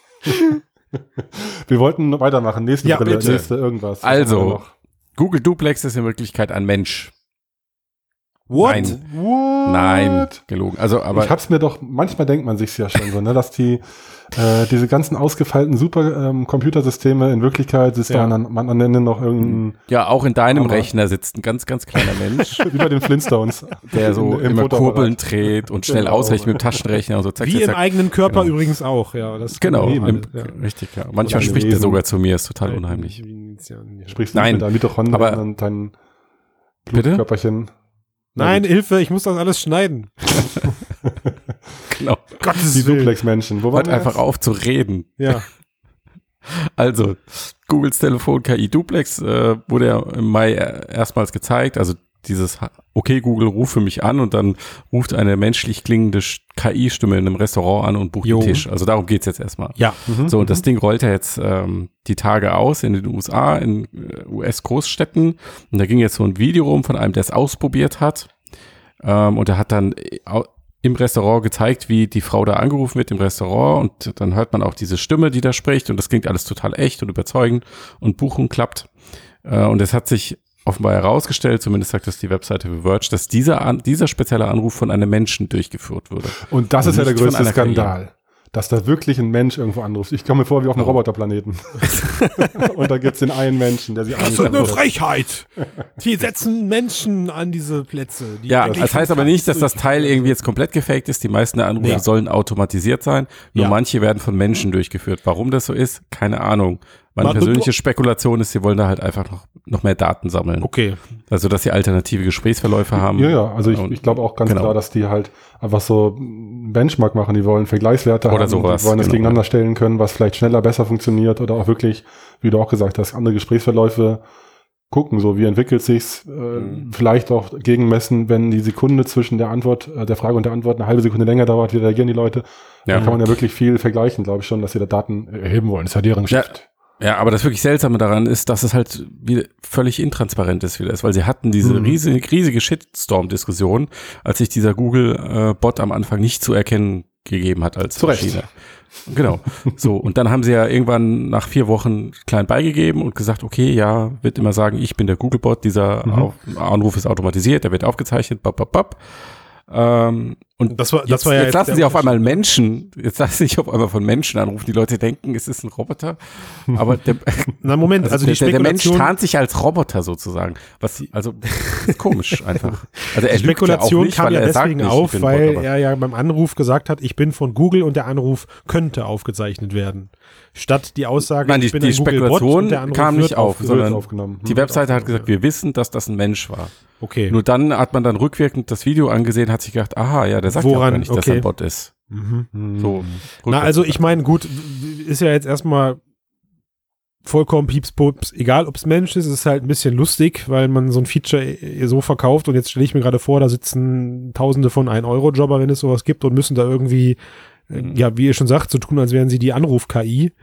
S1: Wir wollten noch weitermachen. Nächste
S3: Ja,
S1: Brille,
S2: bitte.
S1: nächste irgendwas. Was
S2: Also,
S1: haben wir noch?
S2: Google Duplex ist in Wirklichkeit ein Mensch.
S3: What?
S2: Nein.
S1: What?
S2: Nein, gelogen. Also, aber
S1: ich hab's mir doch, manchmal denkt man sich's ja schon so, ne, dass die äh, diese ganzen ausgefeilten super ähm, Computersysteme in Wirklichkeit sitzt
S3: Ja.
S1: da an, man am Ende noch irgendein,
S2: ja, auch in deinem
S1: Aber-
S2: Rechner sitzt ein ganz, ganz kleiner Mensch,
S1: wie bei den Flintstones.
S2: der so
S1: Im- im
S2: immer
S1: Fotoapparat.
S2: Kurbeln dreht und schnell
S1: Genau.
S2: ausrechnet mit dem Taschenrechner und so. Zack,
S3: Wie
S2: zack,
S3: im
S2: zack.
S3: eigenen Körper
S2: Genau.
S3: übrigens auch, ja. Das
S2: Genau,
S1: Eben.
S2: im,
S3: ja.
S2: richtig, ja. Manchmal
S1: Kleine
S2: spricht er
S1: Wesen.
S2: sogar zu mir, ist total unheimlich.
S1: Sprichst du
S2: Nein,
S1: mit deinen Mitochondrien
S2: aber-
S1: und deinen
S2: Bitte?
S1: Blutkörperchen.
S3: Nein,
S1: Na gut.
S3: Hilfe, ich muss das alles schneiden.
S2: Genau.
S3: Gottes
S1: Die
S3: Willen.
S1: Duplex-Menschen. Wo waren
S2: Hört
S1: wir
S2: einfach
S1: jetzt?
S2: auf zu reden.
S3: Ja.
S2: Also, Googles Telefon K I Duplex äh, wurde ja im Mai äh, erstmals gezeigt. Also dieses, okay, Google, rufe mich an und dann ruft eine menschlich klingende K I-Stimme in einem Restaurant an und bucht
S3: Jo.
S2: den Tisch. Also darum geht's jetzt erstmal.
S3: Ja.
S1: Mhm.
S2: So, und das Ding rollt ja jetzt ähm, die Tage aus in den U S A, in äh, U S-Großstädten. Und da ging jetzt so ein Video rum von einem, der es ausprobiert hat. Ähm, und der hat dann äh, au- im Restaurant gezeigt, wie die Frau da angerufen wird im Restaurant. Und dann hört man auch diese Stimme, die da spricht. Und das klingt alles total echt und überzeugend. Und Buchung klappt. Äh, und es hat sich offenbar herausgestellt, zumindest sagt das die Webseite The Verge, dass dieser, an, dieser spezielle Anruf von einem Menschen durchgeführt wurde.
S1: Und das
S2: Und
S1: ist ja der
S2: nicht von
S1: größte
S2: einer K I.
S1: Skandal. Dass da wirklich ein Mensch irgendwo anruft. Ich komme mir vor wie auf einem
S2: Oh.
S1: Roboterplaneten. Und da gibt's den einen Menschen, der sie
S3: Das ist eine
S1: anruft.
S3: Frechheit. Die setzen Menschen an diese Plätze. Die
S2: Ja,
S3: eigentlich
S2: das heißt aber nicht, dass das Teil irgendwie jetzt komplett gefaked ist. Die meisten der Anrufe
S3: Ja.
S2: sollen automatisiert sein. Nur
S3: Ja.
S2: manche werden von Menschen durchgeführt. Warum das so ist, keine Ahnung. Meine
S3: Man-
S2: persönliche Spekulation ist, sie wollen da halt einfach noch, noch mehr Daten sammeln.
S3: Okay.
S2: Also, dass sie alternative Gesprächsverläufe haben.
S1: Ja, ja, also ich,
S2: Und-
S1: ich glaube auch ganz
S2: genau.
S1: klar, dass die halt einfach so einen Benchmark machen. Die wollen Vergleichswerte
S2: Oder
S1: haben.
S2: sowas,
S1: Die wollen das
S2: genau.
S1: gegeneinander stellen können, was vielleicht schneller, besser funktioniert oder auch wirklich, wie du auch gesagt hast, andere Gesprächsverläufe gucken, so wie entwickelt sich's, äh,
S2: Mhm.
S1: vielleicht auch gegenmessen, wenn die Sekunde zwischen der Antwort, äh, der Frage und der Antwort eine halbe Sekunde länger dauert, wie reagieren die Leute.
S2: Ja.
S1: Da kann man ja wirklich viel vergleichen, glaube ich schon, dass sie da Daten erheben wollen. Das ist ja deren Geschäft.
S2: Ja, aber das wirklich Seltsame daran ist, dass es halt wieder völlig intransparent ist, wieder ist, weil sie hatten diese
S1: Mhm.
S2: riesige, riesige Shitstorm-Diskussion, als sich dieser Google-Bot am Anfang nicht zu erkennen gegeben hat als
S1: Zu Recht.
S2: Maschine. Genau. So, und dann haben sie ja irgendwann nach vier Wochen klein beigegeben und gesagt, okay, ja, wird immer sagen, ich bin der Google-Bot, dieser
S1: Mhm.
S2: Auf Anruf ist automatisiert, der wird aufgezeichnet, bap, bap, bap. Ähm, und
S3: Das war, das
S2: jetzt,
S3: war ja
S2: jetzt lassen
S3: der
S2: sie auf einmal
S3: Unterschied.
S2: Menschen, jetzt lassen sie sich auf einmal von Menschen anrufen. Die Leute denken, es ist ein Roboter, aber der,
S3: Na Moment,
S2: also,
S3: also,
S2: der,
S3: die
S2: der, der Mensch
S3: Spekulation,
S2: tarnt sich als Roboter sozusagen. Was, also, das ist komisch einfach. Also er
S3: die
S2: lügt ja auch
S3: Spekulation
S2: nicht,
S3: kam
S2: weil
S3: ja
S2: er sagt
S3: deswegen
S2: nicht, ich
S3: auf,
S2: bin
S3: weil
S2: Roboter.
S3: er ja beim Anruf gesagt hat, ich bin von Google und der Anruf könnte aufgezeichnet werden. Statt die Aussage,
S2: Nein, die,
S3: ich bin
S2: die
S3: ein Google-Bot
S2: Spekulation
S3: und der Anruf
S2: kam
S3: wird
S2: nicht auf,
S3: aufge-
S2: sondern
S1: aufgenommen.
S2: die Webseite hat gesagt, wir wissen, dass das ein Mensch war.
S3: Okay.
S2: Nur dann hat man dann rückwirkend das Video angesehen, hat sich gedacht, aha, ja, der sagt ja auch
S3: Woran?
S2: gar nicht, dass
S3: Okay.
S2: er ein Bot ist.
S3: Mhm.
S2: So.
S3: Na, also ich meine, gut, ist ja jetzt erstmal vollkommen piepspups, egal ob es Mensch ist, es ist halt ein bisschen lustig, weil man so ein Feature so verkauft und jetzt stelle ich mir gerade vor, da sitzen Tausende von ein Euro Jobber, wenn es sowas gibt und müssen da irgendwie, äh, ja, wie ihr schon sagt, so tun, als wären sie die Anruf-K I.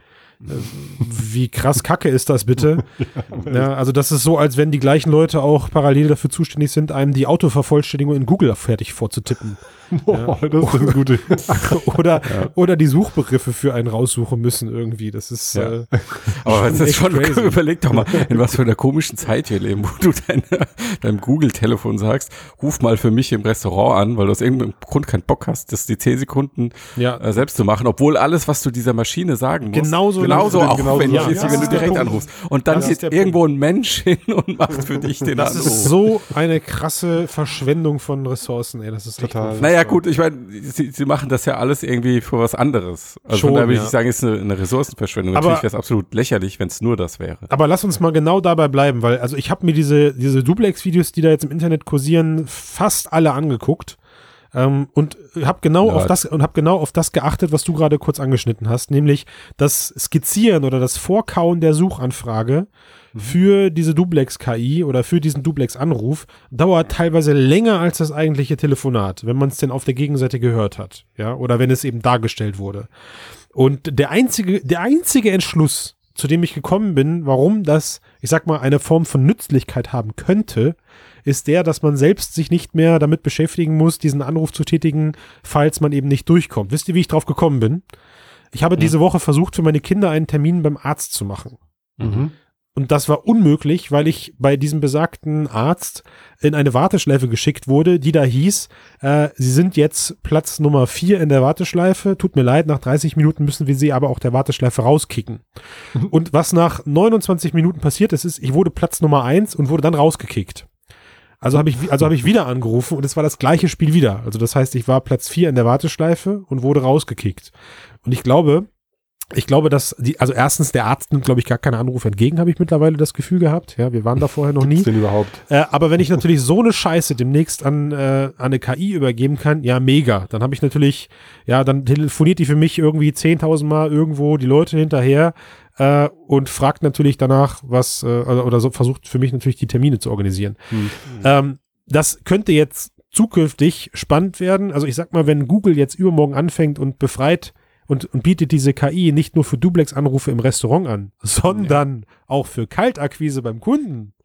S3: Wie krass kacke ist das bitte? Ja, also das ist so, als wenn die gleichen Leute auch parallel dafür zuständig sind, einem die Autovervollständigung in Google fertig vorzutippen.
S1: Boah,
S3: ja.
S1: das ist eine gute
S3: oder, ja. oder die Suchbegriffe für einen raussuchen müssen irgendwie. Das ist
S2: ja.
S3: äh,
S2: aber das ist schon,
S3: crazy.
S2: Überleg doch mal, in was für einer komischen Zeit wir leben, wo du deine, deinem Google-Telefon sagst, ruf mal für mich im Restaurant an, weil du aus irgendeinem Grund keinen Bock hast, das die zehn Sekunden
S3: ja.
S2: äh, selbst zu machen, obwohl alles, was du dieser Maschine sagen musst,
S3: genauso,
S2: genauso auch
S1: genauso
S2: wenn,
S1: ja,
S2: ist,
S1: ja,
S2: wenn du
S1: ja,
S2: direkt
S1: ja.
S2: anrufst. Und dann
S3: das
S2: geht irgendwo ein Mensch hin und macht für dich den
S3: Das
S2: Anruf.
S3: ist so eine krasse Verschwendung von Ressourcen, ey. Das ist
S1: Total.
S3: echt
S2: Naja gut, ich meine, sie, sie machen das ja alles irgendwie für was anderes. Also
S3: Schon,
S2: von daher würde
S3: ja.
S2: ich sagen, ist eine, eine Ressourcenverschwendung.
S3: Aber-
S2: Natürlich wäre es absolut lächerlich, wenn es nur das wäre.
S3: Aber lass uns mal genau dabei bleiben, weil also ich habe mir diese, diese Duplex-Videos, die da jetzt im Internet kursieren, fast alle angeguckt ähm, und habe genau
S2: Ja.
S3: auf das und habe genau auf das geachtet, was du gerade kurz angeschnitten hast, nämlich das Skizzieren oder das Vorkauen der Suchanfrage für diese Duplex-K I oder für diesen Duplex-Anruf dauert teilweise länger als das eigentliche Telefonat, wenn man es denn auf der Gegenseite gehört hat, ja, oder wenn es eben dargestellt wurde. Und der einzige, der einzige Entschluss, zu dem ich gekommen bin, warum das, ich sag mal, eine Form von Nützlichkeit haben könnte, ist der, dass man selbst sich nicht mehr damit beschäftigen muss, diesen Anruf zu tätigen, falls man eben nicht durchkommt. Wisst ihr, wie ich drauf gekommen bin? Ich habe
S2: Mhm.
S3: diese Woche versucht, für meine Kinder einen Termin beim Arzt zu machen.
S1: Mhm.
S3: Und das war unmöglich, weil ich bei diesem besagten Arzt in eine Warteschleife geschickt wurde, die da hieß, äh, Sie sind jetzt Platz Nummer vier in der Warteschleife. Tut mir leid, nach dreißig Minuten müssen wir Sie aber auch der Warteschleife rauskicken. Und was nach neunundzwanzig Minuten passiert ist, ist, ich wurde Platz Nummer eins und wurde dann rausgekickt. Also habe ich, also habe ich wieder angerufen und es war das gleiche Spiel wieder. Also das heißt, ich war Platz vier in der Warteschleife und wurde rausgekickt. Und ich glaube, Ich glaube, dass die, also erstens, der Arzt nimmt, glaube ich, gar keine Anrufe entgegen, habe ich mittlerweile das Gefühl gehabt. Ja, wir waren da vorher noch nie.
S1: Gibt's den überhaupt?
S3: Äh, aber wenn ich natürlich so eine Scheiße demnächst an, äh, an eine K I übergeben kann, ja, mega. Dann habe ich natürlich, ja, dann telefoniert die für mich irgendwie zehntausend Mal irgendwo die Leute hinterher äh, und fragt natürlich danach, was, äh, oder, oder so versucht für mich natürlich die Termine zu organisieren.
S1: Hm.
S3: Ähm, das könnte jetzt zukünftig spannend werden. Also ich sag mal, wenn Google jetzt übermorgen anfängt und befreit Und, und bietet diese K I nicht nur für Duplex-Anrufe im Restaurant an, sondern auch für Kaltakquise beim Kunden.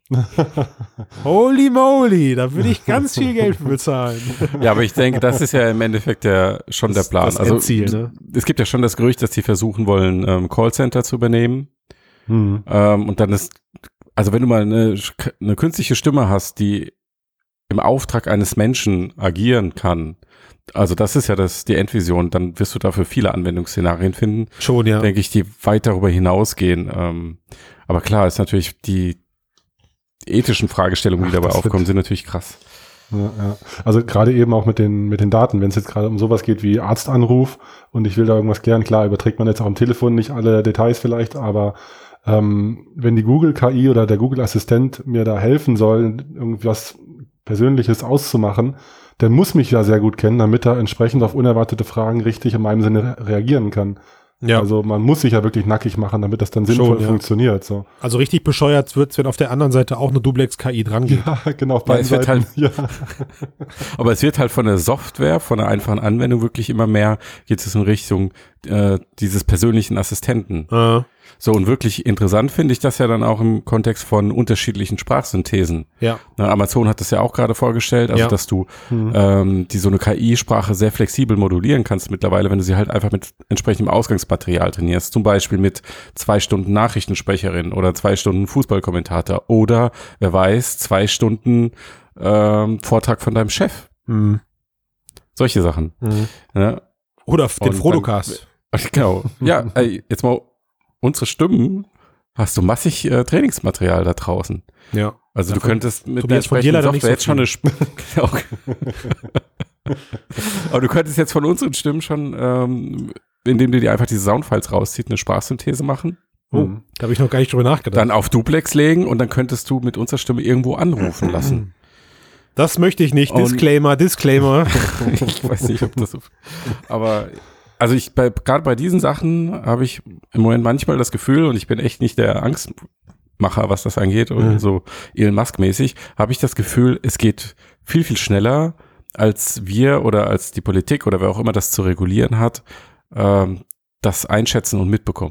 S3: Holy moly, da würde ich ganz viel Geld für bezahlen.
S2: Ja, aber ich denke, das ist ja im Endeffekt der, schon
S3: Das-
S2: der Plan.
S3: das
S2: also
S3: Endziel, ne?
S2: es gibt ja schon das Gerücht, dass die versuchen wollen, ähm, Callcenter zu übernehmen.
S1: Hm.
S2: Ähm, und dann ist, also wenn du mal eine, eine künstliche Stimme hast, die im Auftrag eines Menschen agieren kann, also das ist ja das, die Endvision, dann wirst du dafür viele Anwendungsszenarien finden,
S3: Schon, ja.
S2: denke ich, die weit darüber hinausgehen. Ähm, aber klar, ist natürlich die ethischen Fragestellungen, die
S1: Ach,
S2: dabei
S1: das
S2: aufkommen,
S1: wird-
S2: sind natürlich krass.
S1: Ja, ja. Also gerade eben auch mit den mit den Daten, wenn es jetzt gerade um sowas geht wie Arztanruf und ich will da irgendwas klären, klar, überträgt man jetzt auch am Telefon nicht alle Details vielleicht, aber ähm, wenn die Google K I oder der Google Assistent mir da helfen soll, irgendwas Persönliches auszumachen, der muss mich ja sehr gut kennen, damit er entsprechend auf unerwartete Fragen richtig in meinem Sinne re- reagieren kann.
S3: Ja.
S1: Also man muss sich ja wirklich nackig machen, damit das dann sinnvoll
S3: Schon, ja.
S1: funktioniert. So.
S3: Also richtig bescheuert wird's, wenn auf der anderen Seite auch eine Duplex-K I dran geht.
S1: Ja, genau, auf
S2: Ja,
S1: beiden
S2: es wird
S1: Seiten. Ja.
S2: Aber es wird halt von der Software, von der einfachen Anwendung wirklich immer mehr, geht es in Richtung äh, dieses persönlichen Assistenten.
S3: Äh,
S2: So, und wirklich interessant finde ich das ja dann auch im Kontext von unterschiedlichen Sprachsynthesen.
S3: ja.
S2: Na, Amazon hat das ja auch gerade vorgestellt, also
S3: Ja.
S2: dass du
S1: Hm.
S2: ähm, die so eine K I-Sprache sehr flexibel modulieren kannst mittlerweile, wenn du sie halt einfach mit entsprechendem Ausgangsmaterial trainierst. Zum Beispiel mit zwei Stunden Nachrichtensprecherin oder zwei Stunden Fußballkommentator oder, wer weiß, zwei Stunden ähm, Vortrag von deinem Chef.
S3: Hm.
S2: Solche Sachen.
S3: Hm.
S2: Ja,
S3: Oder den
S2: Und
S3: Frodocast.
S2: genau. Ja, ey, jetzt mal unsere Stimmen, hast du massig äh, Trainingsmaterial da draußen.
S3: Ja.
S2: Also du
S3: Davon-
S2: könntest mit
S3: Tobias
S2: der
S3: von dir
S2: entsprechenden
S3: leider nicht
S2: Software
S3: so
S2: jetzt schon eine Sp- genau. Aber du könntest jetzt von unseren Stimmen schon, ähm, indem du dir einfach diese Soundfiles rauszieht, eine Sprachsynthese machen,
S3: Oh,
S1: Hm.
S3: da habe ich noch gar nicht drüber nachgedacht.
S2: dann auf Duplex legen und dann könntest du mit unserer Stimme irgendwo anrufen lassen.
S3: Das möchte ich nicht.
S2: Und-
S3: Disclaimer, Disclaimer.
S2: Ich weiß nicht, ob das so, aber also ich bei gerade bei diesen Sachen habe ich im Moment manchmal das Gefühl, und ich bin echt nicht der Angstmacher, was das angeht, und
S3: Mhm.
S2: so Elon Musk mäßig, habe ich das Gefühl, es geht viel viel schneller, als wir oder als die Politik oder wer auch immer das zu regulieren hat, ähm, das einschätzen und mitbekommen.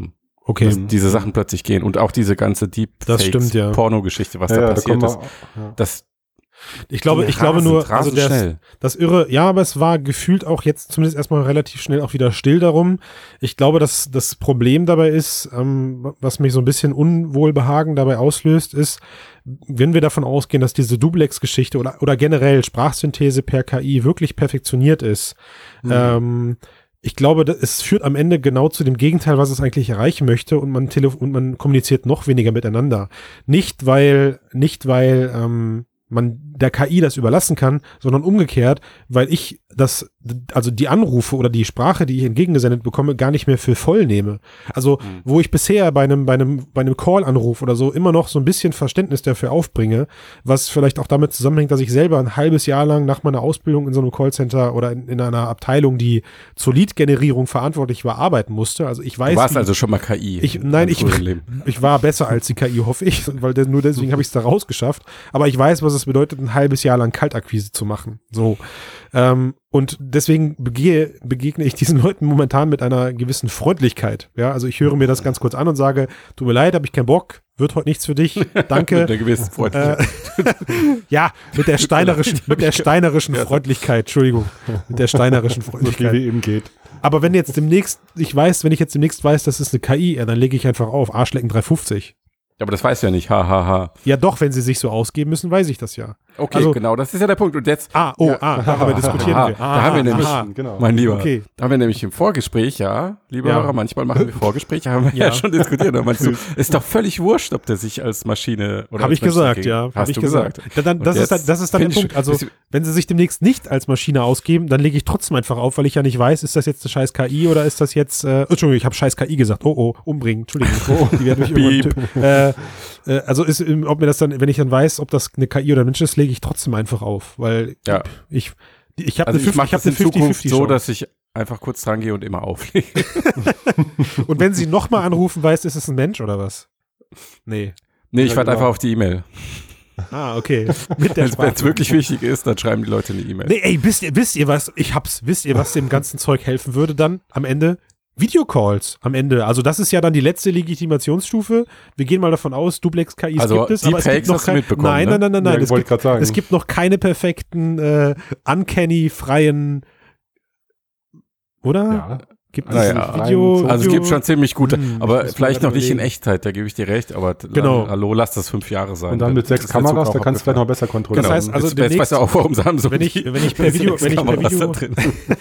S3: Okay.
S2: dass diese Sachen plötzlich gehen und auch diese ganze
S3: Das stimmt, ja.
S2: Deepfakes-Porno-Geschichte, was
S1: Ja,
S2: da
S1: ja, da
S2: passiert
S1: kommen
S2: ist,
S1: wir- ja.
S2: das
S3: Ich glaube,
S2: die
S3: ich glaube
S2: rasen,
S3: nur,
S2: rasen
S3: also das,
S2: schnell.
S3: das Irre, ja, aber es war gefühlt auch jetzt zumindest erstmal relativ schnell auch wieder still darum. Ich glaube, dass das Problem dabei ist, ähm, was mich so ein bisschen Unwohlbehagen dabei auslöst, ist, wenn wir davon ausgehen, dass diese Duplex-Geschichte oder, oder generell Sprachsynthese per K I wirklich perfektioniert ist,
S1: Mhm.
S3: ähm, ich glaube, das, es führt am Ende genau zu dem Gegenteil, was es eigentlich erreichen möchte, und man telef- und man kommuniziert noch weniger miteinander. Nicht weil, nicht weil ähm, man der K I das überlassen kann, sondern umgekehrt, weil ich das, also die Anrufe oder die Sprache, die ich entgegengesendet bekomme, gar nicht mehr für voll nehme. Also,
S2: Mhm.
S3: wo ich bisher bei einem, bei einem, bei einem Call-Anruf oder so immer noch so ein bisschen Verständnis dafür aufbringe, was vielleicht auch damit zusammenhängt, dass ich selber ein halbes Jahr lang nach meiner Ausbildung in so einem Callcenter oder in, in einer Abteilung, die zur Lead-Generierung verantwortlich war, arbeiten musste. Also ich weiß,
S2: Du warst
S3: wie,
S2: also schon mal K I.
S3: ich,
S2: in
S3: nein,
S2: deinem
S3: ich,
S2: früheren Leben.
S3: ich war besser als die K I, hoffe ich, weil de- nur deswegen habe ich es da rausgeschafft. Aber ich weiß, was es bedeutet, ein halbes Jahr lang Kaltakquise zu machen. So. Ähm, und deswegen begehe, begegne ich diesen Leuten momentan mit einer gewissen Freundlichkeit. Ja, also ich höre mir das ganz kurz an und sage, tut mir leid, habe ich keinen Bock, wird heute nichts für dich, danke.
S2: Mit einer gewissen Freundlichkeit.
S3: Äh, ja, mit der steinerischen, mit der steinerischen Freundlichkeit, Entschuldigung, mit der steinerischen
S1: So viel
S3: Freundlichkeit.
S1: wie eben geht.
S3: Aber wenn jetzt demnächst, ich weiß, wenn ich jetzt demnächst weiß, das ist eine K I, ja, dann lege ich einfach auf, Arschlecken drei fünfzig.
S2: Aber das weißt du ja nicht, ha, ha, ha.
S3: Ja doch, wenn sie sich so ausgeben müssen, weiß ich das ja.
S2: Okay,
S3: Also-
S2: genau, das ist ja der Punkt. Und jetzt,
S3: Ah, oh,
S2: Ja.
S3: ah, darüber diskutieren
S2: Aha,
S3: wir.
S2: da haben wir nämlich-
S3: aha.
S1: Genau.
S2: mein Lieber,
S3: Okay.
S2: da haben wir nämlich im Vorgespräch, ja, lieber
S3: Ja.
S2: Hörer, manchmal machen wir Vorgespräche, haben wir ja,
S3: Ja.
S2: schon diskutiert. Da meinst du, ist doch völlig wurscht, ob der sich als Maschine oder
S3: Habe
S2: als
S3: ich
S2: Mensch
S3: gesagt,
S2: dagegen-
S3: ja.
S2: Hast
S3: Hab ich
S2: du
S3: gesagt.
S2: gesagt.
S3: Da, dann,
S2: Und
S3: das, ist,
S2: jetzt
S3: dann- das ist dann der
S2: find ich-
S3: Punkt. Also,
S2: bist-
S3: wenn sie sich demnächst nicht als Maschine ausgeben, dann lege ich trotzdem einfach auf, weil ich ja nicht weiß, ist das jetzt eine scheiß K I oder ist das jetzt, äh, Entschuldigung, ich habe scheiß K I gesagt. Oh, oh, umbringen, Entschuldigung. Oh, die werden mich irgendwann tö- äh, äh, Also ist, ähm, ob mir das dann, wenn ich dann weiß, ob das eine K I oder ein Mensch ist, lege ich trotzdem einfach auf, weil
S2: Ja.
S3: ich, ich habe
S2: Also
S3: eine
S2: ich mache
S3: ich hab
S2: das in
S3: eine fünfzig
S2: Zukunft
S3: fünfzig
S2: so,
S3: Chance.
S2: dass ich einfach kurz dran gehe und immer auflege.
S3: Und wenn sie nochmal anrufen, weißt, ist es ein Mensch oder was? Nee.
S2: Nee, ich
S1: Ja,
S2: warte
S1: genau.
S2: einfach auf die E-Mail.
S3: Ah, okay. Mit der
S2: Wenn es
S3: Sprache.
S2: wirklich wichtig ist, dann schreiben die Leute eine E-Mail.
S3: Nee, ey, wisst ihr, wisst ihr was? Ich hab's. Wisst ihr, was dem ganzen Zeug helfen würde dann am Ende? Videocalls am Ende. Also das ist ja dann die letzte Legitimationsstufe. Wir gehen mal davon aus, Duplex-K Is
S2: Also
S3: gibt es, aber es gibt
S2: Deepfakes
S3: noch
S2: hast du
S3: kein,
S2: mitbekommen,
S3: Nein,
S2: ne?
S3: nein, nein, nein, nein.
S1: Ja,
S3: es,
S1: wollte
S3: gibt,
S1: ich grad sagen.
S3: es gibt noch keine perfekten, äh, uncanny, freien, oder?
S1: Ja.
S3: Gibt es
S2: Naja,
S3: Video,
S1: also
S2: Also es
S3: Video?
S2: gibt schon ziemlich gute,
S3: Hm,
S2: aber
S3: muss man
S2: vielleicht
S3: grad
S2: noch nicht in
S3: überlegen.
S2: Echtzeit, da gebe ich dir recht, aber
S3: Genau.
S2: la- hallo, lass das fünf Jahre sein.
S1: Und dann mit sechs
S2: ist der Zug
S1: Kameras,
S2: auch
S1: da kannst du vielleicht noch
S2: abgefahren.
S1: besser kontrollieren.
S3: Das heißt, also
S2: jetzt, jetzt weißt du auch, warum Samsung
S3: wenn ich- wenn ich per Video-
S2: sechs
S3: wenn ich per
S2: Kameras da
S3: Video-
S2: drin.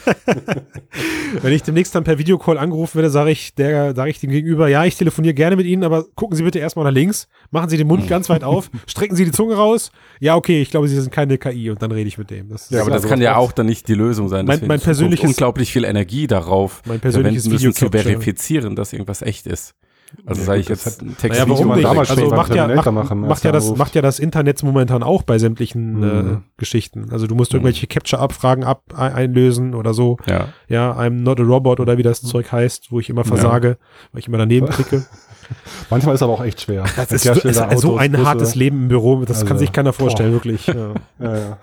S3: Wenn ich demnächst dann per Videocall angerufen werde, sage ich, der, sage ich dem Gegenüber, ja, ich telefoniere gerne mit Ihnen, aber gucken Sie bitte erstmal nach links, machen Sie den Mund ganz weit auf, strecken Sie die Zunge raus. Ja, okay, ich glaube, Sie sind keine K I und dann rede ich mit dem. Das ist
S2: Ja, aber
S1: Ja,
S2: das
S1: sowas
S2: kann ja
S1: macht's.
S2: auch dann nicht die Lösung sein.
S3: Mein-
S2: dass wir
S3: mein
S2: in Zukunft
S3: persönliches-
S2: unglaublich viel Energie darauf
S3: mein persönliches
S2: verwenden müssen, zu
S3: Video-Capture.
S2: verifizieren, dass irgendwas echt ist. Also
S1: Ja,
S2: sage
S1: gut,
S2: ich
S1: das
S2: jetzt
S1: hat-
S2: ein
S3: Naja,
S2: Textvideo.
S3: warum
S1: man
S3: nicht?
S1: damals
S3: Also
S1: schon beim
S3: macht ja,
S1: Terminator
S3: macht,
S1: machen,
S3: macht,
S1: als
S3: ja
S1: der
S3: das,
S1: anruft.
S3: macht ja das Internet momentan auch bei sämtlichen äh,
S1: Mhm.
S3: Geschichten. Also du musst irgendwelche Capture-Abfragen ab, ein- einlösen oder so.
S2: Ja.
S3: Ja, I'm not a robot oder wie das Zeug heißt, wo ich immer versage, weil ich immer daneben klicke.
S1: Manchmal ist aber auch echt schwer.
S3: Das ist,
S1: Verkehrsschilder,
S3: ist so
S1: Autos,
S3: ein
S1: Busse.
S3: hartes Leben im Büro, das kann
S1: Also,
S3: sich keiner vorstellen, wirklich. Ja.
S1: Ja, ja.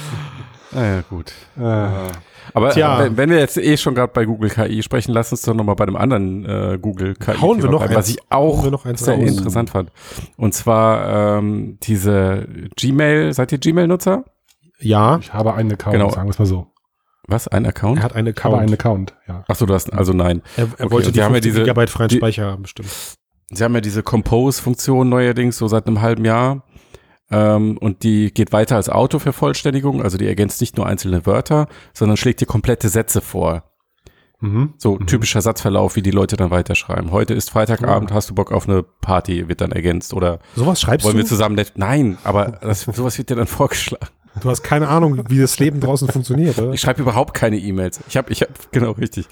S2: Naja, gut.
S1: Äh,
S2: Aber
S3: Tja.
S2: wenn, wenn wir jetzt eh schon gerade bei Google K I sprechen, lass uns doch nochmal bei dem anderen äh, Google K I
S3: Hauen wir noch
S2: bleiben, was
S3: eins-
S2: ich auch
S3: hauen wir noch eins
S2: sehr
S3: raus.
S2: interessant fand. Und zwar ähm, diese Gmail, seid ihr Gmail-Nutzer?
S3: ja,
S1: ich habe einen Account,
S2: Genau.
S1: sagen wir es mal so.
S2: Was, ein Account?
S3: er hat einen
S1: Ich habe
S3: Account.
S1: einen Account, ja.
S2: Achso, du hast, also nein.
S3: Er, er
S2: Okay,
S3: wollte
S2: und
S3: die
S2: die haben ja
S3: fünfzig
S2: diese-
S3: Gigabyte freien
S2: die-
S3: Speicher haben, bestimmt.
S2: Sie haben ja diese Compose-Funktion neuerdings, so seit einem halben Jahr. Ähm, und die geht weiter als Autovervollständigung, also die ergänzt nicht nur einzelne Wörter, sondern schlägt dir komplette Sätze vor.
S1: Mhm.
S2: So typischer Satzverlauf, wie die Leute dann weiterschreiben. Heute ist Freitagabend, hast du Bock auf eine Party, wird dann ergänzt. Oder
S3: Sowas schreibst
S2: wollen
S3: du?
S2: wir zusammen net- Nein, aber das, sowas wird dir dann vorgeschlagen.
S3: Du hast keine Ahnung, wie das Leben draußen funktioniert, oder?
S2: Ich schreibe überhaupt keine E-Mails. Ich habe, ich habe, genau, richtig.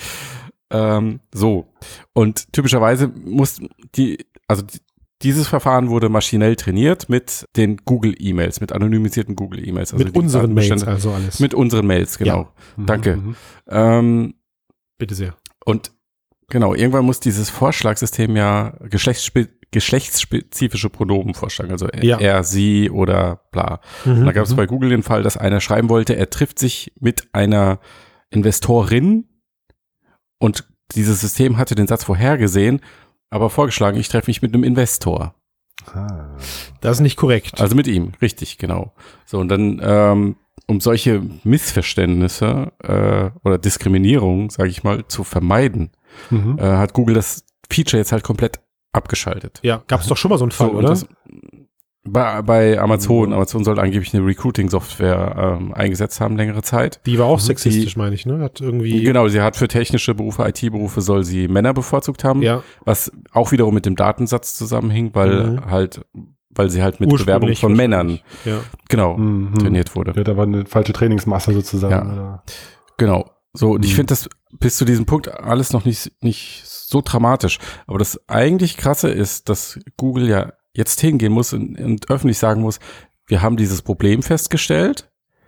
S2: Ähm, so. Und typischerweise muss die, also die, dieses Verfahren wurde maschinell trainiert mit den Google-E-Mails, mit anonymisierten Google-E-Mails. Also
S3: Mit
S2: die
S3: unseren Mails
S2: Datenbestände-
S3: also alles.
S2: Mit unseren Mails, genau.
S1: Mhm,
S2: Danke.
S1: mhm.
S2: Ähm,
S3: Bitte sehr.
S2: und genau, irgendwann muss dieses Vorschlagssystem ja geschlechtsspe geschlechtsspezifische Pronomen vorschlagen, also
S3: Ja.
S2: er, sie oder bla.
S3: Mhm.
S2: Und da gab es bei Google den Fall, dass einer schreiben wollte, er trifft sich mit einer Investorin und dieses System hatte den Satz vorhergesehen, aber vorgeschlagen, ich treffe mich mit einem Investor.
S3: Ah. Das ist nicht korrekt.
S2: Also mit ihm, richtig, genau. So, und dann, ähm, um solche Missverständnisse äh, oder Diskriminierung, sage ich mal, zu vermeiden, mhm. äh, hat Google das Feature jetzt halt komplett abgeschaltet.
S3: Ja, gab es doch schon mal so einen Fall, so, oder? Das,
S2: bei, bei Amazon. Mhm. Amazon soll angeblich eine Recruiting-Software ähm, eingesetzt haben, längere Zeit.
S3: Die war auch sexistisch, meine ich, ne? Hat irgendwie
S2: genau, sie hat für technische Berufe, I T-Berufe soll sie Männer bevorzugt haben,
S3: ja.
S2: was auch wiederum mit dem Datensatz zusammenhing, weil mhm. halt weil sie halt mit Bewerbung von Männern
S3: ja.
S2: genau
S1: mhm.
S2: trainiert wurde.
S1: Ja, da war eine falsche Trainingsmasse sozusagen.
S2: Ja.
S1: Oder?
S2: Genau. So, und
S1: mhm.
S2: ich finde das bis zu diesem Punkt alles noch nicht, nicht so dramatisch. Aber das eigentlich Krasse ist, dass Google ja jetzt hingehen muss und, und öffentlich sagen muss, wir haben dieses Problem festgestellt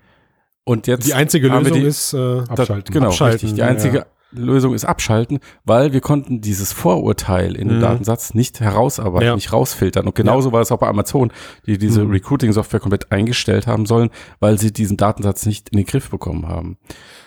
S2: und jetzt
S3: die einzige
S2: haben
S3: Lösung
S2: wir die,
S3: ist äh,
S2: abschalten. Genau,
S3: abschalten.
S2: richtig. Die einzige ja. Lösung ist abschalten, weil wir konnten dieses Vorurteil in dem mhm. Datensatz nicht herausarbeiten, ja. nicht rausfiltern. Und genauso ja. war es auch bei Amazon, die diese mhm. Recruiting-Software komplett eingestellt haben sollen, weil sie diesen Datensatz nicht in den Griff bekommen haben.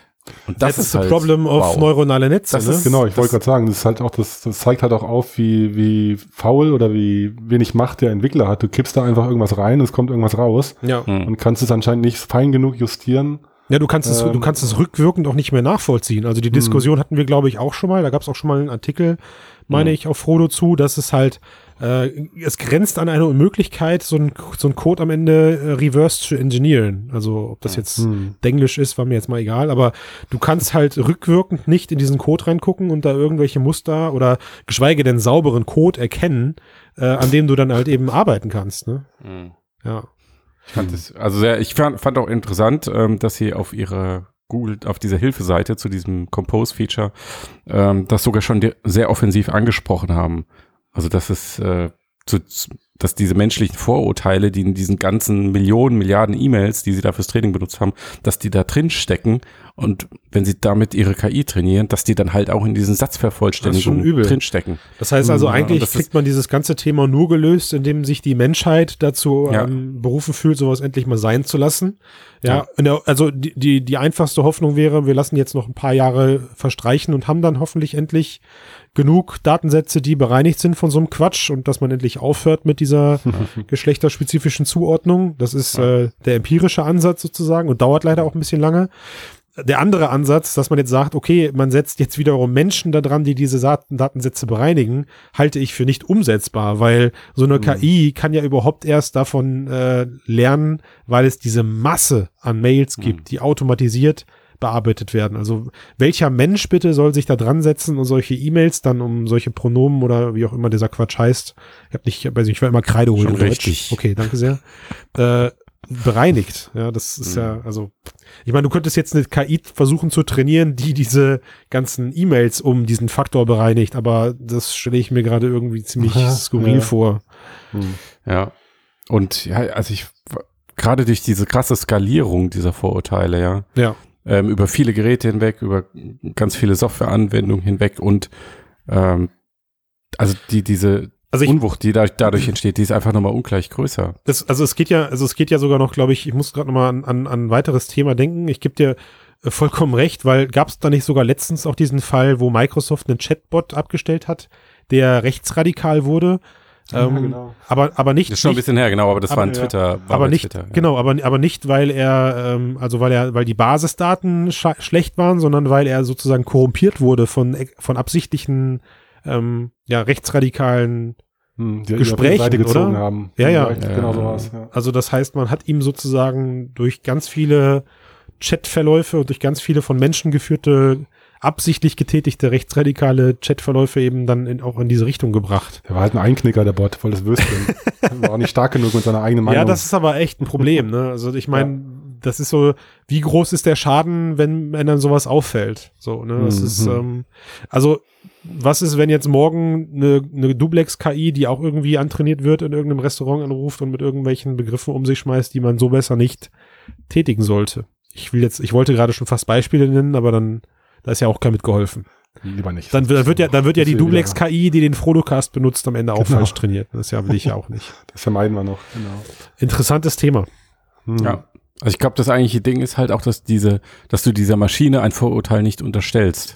S2: Und das, das ist das
S3: halt, Problem of wow. neuronale Netze.
S1: Das
S3: ne?
S1: ist, genau, ich wollte gerade sagen, das ist halt auch, das, das zeigt halt auch auf, wie, wie faul oder wie wenig Macht der Entwickler hat. Du kippst da einfach irgendwas rein, es kommt irgendwas raus
S3: ja.
S1: und kannst es anscheinend nicht fein genug justieren.
S3: Ja, du kannst es, ähm, du kannst es rückwirkend auch nicht mehr nachvollziehen. Also die Diskussion mh. hatten wir, glaube ich, auch schon mal. Da gab es auch schon mal einen Artikel, meine mh. ich, auf Frodo zu, dass es halt, äh, es grenzt an eine Unmöglichkeit, so ein, so ein Code am Ende äh, reverse zu engineeren. Also ob das jetzt
S1: mh.
S3: Denglisch ist, war mir jetzt mal egal. Aber du kannst halt rückwirkend nicht in diesen Code reingucken und da irgendwelche Muster oder geschweige denn sauberen Code erkennen, äh, an dem du dann halt eben arbeiten kannst. Ne?
S2: Mhm.
S3: Ja.
S2: Ich fand das, also sehr, ich fand, fand auch interessant, ähm, dass sie auf ihrer Google, auf dieser Hilfeseite zu diesem Compose-Feature, ähm, das sogar schon de- sehr offensiv angesprochen haben. Also, dass es, äh, zu, dass diese menschlichen Vorurteile, die in diesen ganzen Millionen, Milliarden E-Mails, die sie da fürs Training benutzt haben, dass die da drin stecken und wenn sie damit ihre K I trainieren, dass die dann halt auch in diesen Satzvervollständigungen drin stecken.
S3: Das heißt also, eigentlich ja, kriegt man dieses ganze Thema nur gelöst, indem sich die Menschheit dazu ja. ähm, berufen fühlt, sowas endlich mal sein zu lassen. Ja, ja. Der, also die, die, die einfachste Hoffnung wäre, wir lassen jetzt noch ein paar Jahre verstreichen und haben dann hoffentlich endlich genug Datensätze, die bereinigt sind von so einem Quatsch und dass man endlich aufhört mit dieser geschlechterspezifischen Zuordnung. Das ist ja. äh, der empirische Ansatz sozusagen und dauert leider auch ein bisschen lange. Der andere Ansatz, dass man jetzt sagt, okay, man setzt jetzt wiederum Menschen da dran, die diese Datensätze bereinigen, halte ich für nicht umsetzbar, weil so eine mhm. K I kann ja überhaupt erst davon äh, lernen, weil es diese Masse an Mails gibt, mhm. die automatisiert bearbeitet werden. Also welcher Mensch bitte soll sich da dran setzen und solche E-Mails dann um solche Pronomen oder wie auch immer dieser Quatsch heißt, ich habe nicht, ich weiß nicht, ich will immer Kreide holen.
S2: Schon richtig.
S3: Okay, danke sehr. äh, bereinigt. Ja, das ist mhm. ja, also ich meine, du könntest jetzt eine K I versuchen zu trainieren, die diese ganzen E-Mails um diesen Faktor bereinigt, aber das stelle ich mir gerade irgendwie ziemlich ja, skurril ja. vor.
S2: Mhm. Ja, und ja, also ich, gerade durch diese krasse Skalierung dieser Vorurteile, ja,
S3: ja.
S2: Ähm, über viele Geräte hinweg, über ganz viele Softwareanwendungen hinweg und ähm, also die, diese Also ich, Unwucht, die da, dadurch entsteht, die ist einfach nochmal ungleich größer.
S3: Das, also es geht ja, also es geht ja sogar noch, glaube ich, ich muss gerade nochmal an, an, an ein weiteres Thema denken. Ich gebe dir äh, vollkommen recht, weil gab es da nicht sogar letztens auch diesen Fall, wo Microsoft einen Chatbot abgestellt hat, der rechtsradikal wurde.
S1: Ja,
S3: ähm,
S1: genau.
S3: aber, aber nicht.
S2: Das ist schon ein bisschen her, genau, aber das
S3: aber,
S2: war ein Twitter. War
S3: aber nicht,
S2: Twitter, ja.
S3: genau, aber, aber nicht, weil er, ähm, also weil er, weil die Basisdaten sch- schlecht waren, sondern weil er sozusagen korrumpiert wurde von, von absichtlichen, ähm, ja, rechtsradikalen
S1: hm, die
S3: Gesprächen,
S1: Seite gezogen
S3: oder?
S1: haben.
S3: Ja, ja.
S1: ja genau so was. Ja.
S3: Also das heißt, man hat ihm sozusagen durch ganz viele Chatverläufe und durch ganz viele von Menschen geführte, absichtlich getätigte rechtsradikale Chatverläufe eben dann in, auch in diese Richtung gebracht.
S1: Der war halt ein Einknicker, der Bot, voll das Würstchen. War auch nicht stark genug mit seiner eigenen Meinung.
S3: Ja, das ist aber echt ein Problem, ne? Also ich meine, ja. das ist so, wie groß ist der Schaden, wenn, wenn dann sowas auffällt? So, ne? Das mhm. ist, ähm, also was ist, wenn jetzt morgen eine, eine Duplex-K I, die auch irgendwie antrainiert wird, in irgendeinem Restaurant anruft und mit irgendwelchen Begriffen um sich schmeißt, die man so besser nicht tätigen sollte? Ich will jetzt, ich wollte gerade schon fast Beispiele nennen, aber dann da ist ja auch kein mitgeholfen.
S1: Lieber nicht.
S3: Dann, dann wird ja, dann wird ja die Duplex-K I, die den Frodocast benutzt, am Ende auch genau. falsch trainiert. Das ja, will ich ja auch nicht.
S1: Das vermeiden wir noch, genau.
S3: Interessantes Thema.
S2: Hm. Ja. Also ich glaube, das eigentliche Ding ist halt auch, dass diese, dass du dieser Maschine ein Vorurteil nicht unterstellst.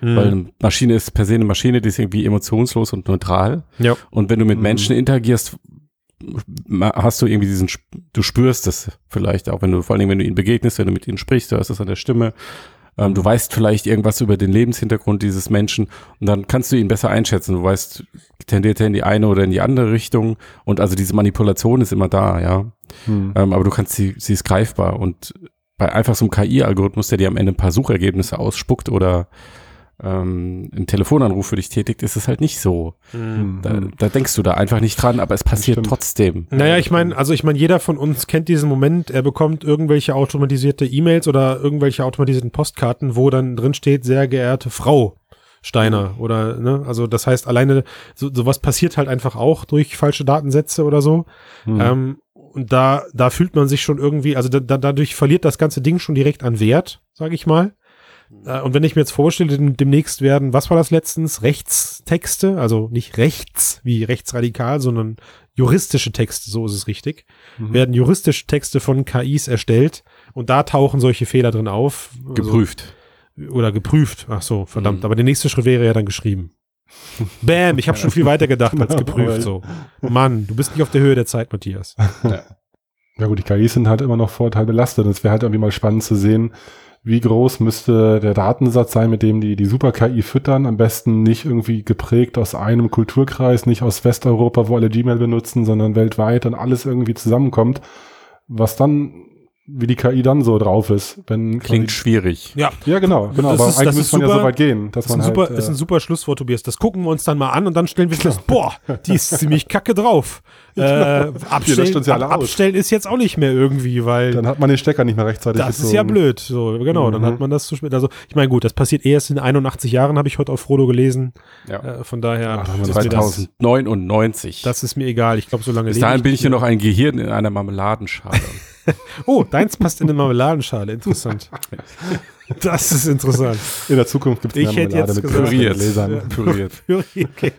S3: Mhm.
S2: Weil eine Maschine ist per se eine Maschine, die ist irgendwie emotionslos und neutral.
S3: Ja.
S2: Und wenn du mit
S1: Mhm.
S2: Menschen interagierst, hast du irgendwie diesen, du spürst das vielleicht auch, wenn du, vor allem wenn du ihnen begegnest, wenn du mit ihnen sprichst, du hörst es an der Stimme, ähm, du weißt vielleicht irgendwas über den Lebenshintergrund dieses Menschen und dann kannst du ihn besser einschätzen, du weißt, tendiert er in die eine oder in die andere Richtung und also diese Manipulation ist immer da, ja,
S1: Hm.
S2: ähm, aber du kannst sie, sie ist greifbar und bei einfach so einem K I-Algorithmus, der dir am Ende ein paar Suchergebnisse ausspuckt oder ähm, einen Telefonanruf für dich tätigt, ist es halt nicht so.
S1: Hm.
S2: Da, da denkst du da einfach nicht dran, aber es passiert
S1: Stimmt.
S2: trotzdem.
S3: Naja, ich meine, also ich meine, jeder von uns kennt diesen Moment, er bekommt irgendwelche automatisierte E-Mails oder irgendwelche automatisierten Postkarten, wo dann drin steht, sehr geehrte Frau Steiner oder, ne, also das heißt alleine, so, sowas passiert halt einfach auch durch falsche Datensätze oder so.
S1: Hm.
S3: Ähm, und da, da fühlt man sich schon irgendwie, also da, da, dadurch verliert das ganze Ding schon direkt an Wert, sage ich mal. Äh, und wenn ich mir jetzt vorstelle, dem, demnächst werden, was war das letztens? Rechtstexte, also nicht rechts wie rechtsradikal, sondern juristische Texte, so ist es richtig,
S1: Mhm.
S3: werden juristische Texte von K Is erstellt und da tauchen solche Fehler drin auf.
S2: Geprüft.
S3: Also, oder geprüft. Ach so, verdammt.
S2: Mhm.
S3: Aber der nächste Schritt wäre ja dann geschrieben. Bam, ich habe schon viel weiter gedacht als geprüft. So, Mann, du bist nicht auf der Höhe der Zeit, Matthias.
S1: Ja gut, die K Is sind halt immer noch vorteilbelastet und es wäre halt irgendwie mal spannend zu sehen, wie groß müsste der Datensatz sein, mit dem die die Super-K I füttern. Am besten nicht irgendwie geprägt aus einem Kulturkreis, nicht aus Westeuropa, wo alle Gmail benutzen, sondern weltweit und alles irgendwie zusammenkommt. Was dann, wie die K I dann so drauf ist. Wenn
S2: Klingt
S1: quasi-
S2: schwierig.
S3: Ja,
S1: Ja, genau, genau.
S3: Das
S1: aber
S3: ist-
S1: eigentlich
S3: das ist
S1: müsste man ja
S3: super.
S1: so weit gehen, dass
S3: das ist
S1: man
S3: ein, super,
S1: halt,
S3: ist ein
S1: äh,
S3: super Schlusswort, Tobias. Das gucken wir uns dann mal an und dann stellen wir fest, boah, die ist ziemlich kacke drauf. Äh,
S1: löscht
S3: abstellen,
S1: uns ja alle
S3: ab,
S1: aus.
S3: abstellen ist jetzt auch nicht mehr irgendwie, weil
S1: dann hat man den Stecker nicht mehr rechtzeitig
S3: das ist
S1: gezogen.
S3: ja blöd. So, genau, dann
S1: Mhm.
S3: hat man das zu spät. Also, ich meine, gut, das passiert erst in einundachtzig Jahren, habe ich heute auf Frodo gelesen.
S2: Ja.
S3: Äh, von daher,
S1: Ach, da haben wir
S3: ist
S1: das
S3: mir das,
S2: zweitausendneunundneunzig.
S3: das ist mir egal. Ich glaube, so lange
S2: Bis
S3: lebe
S2: dahin
S3: ich
S2: bin
S3: nicht
S2: ich hier
S3: mehr.
S2: noch ein Gehirn in einer Marmeladenschale.
S3: Oh, deins passt in eine Marmeladenschale. Interessant. Das ist interessant.
S1: In der Zukunft gibt es
S3: Ich hätte jetzt gesagt-
S2: Püriert.
S1: Lasern.
S2: Püriert.
S3: Okay.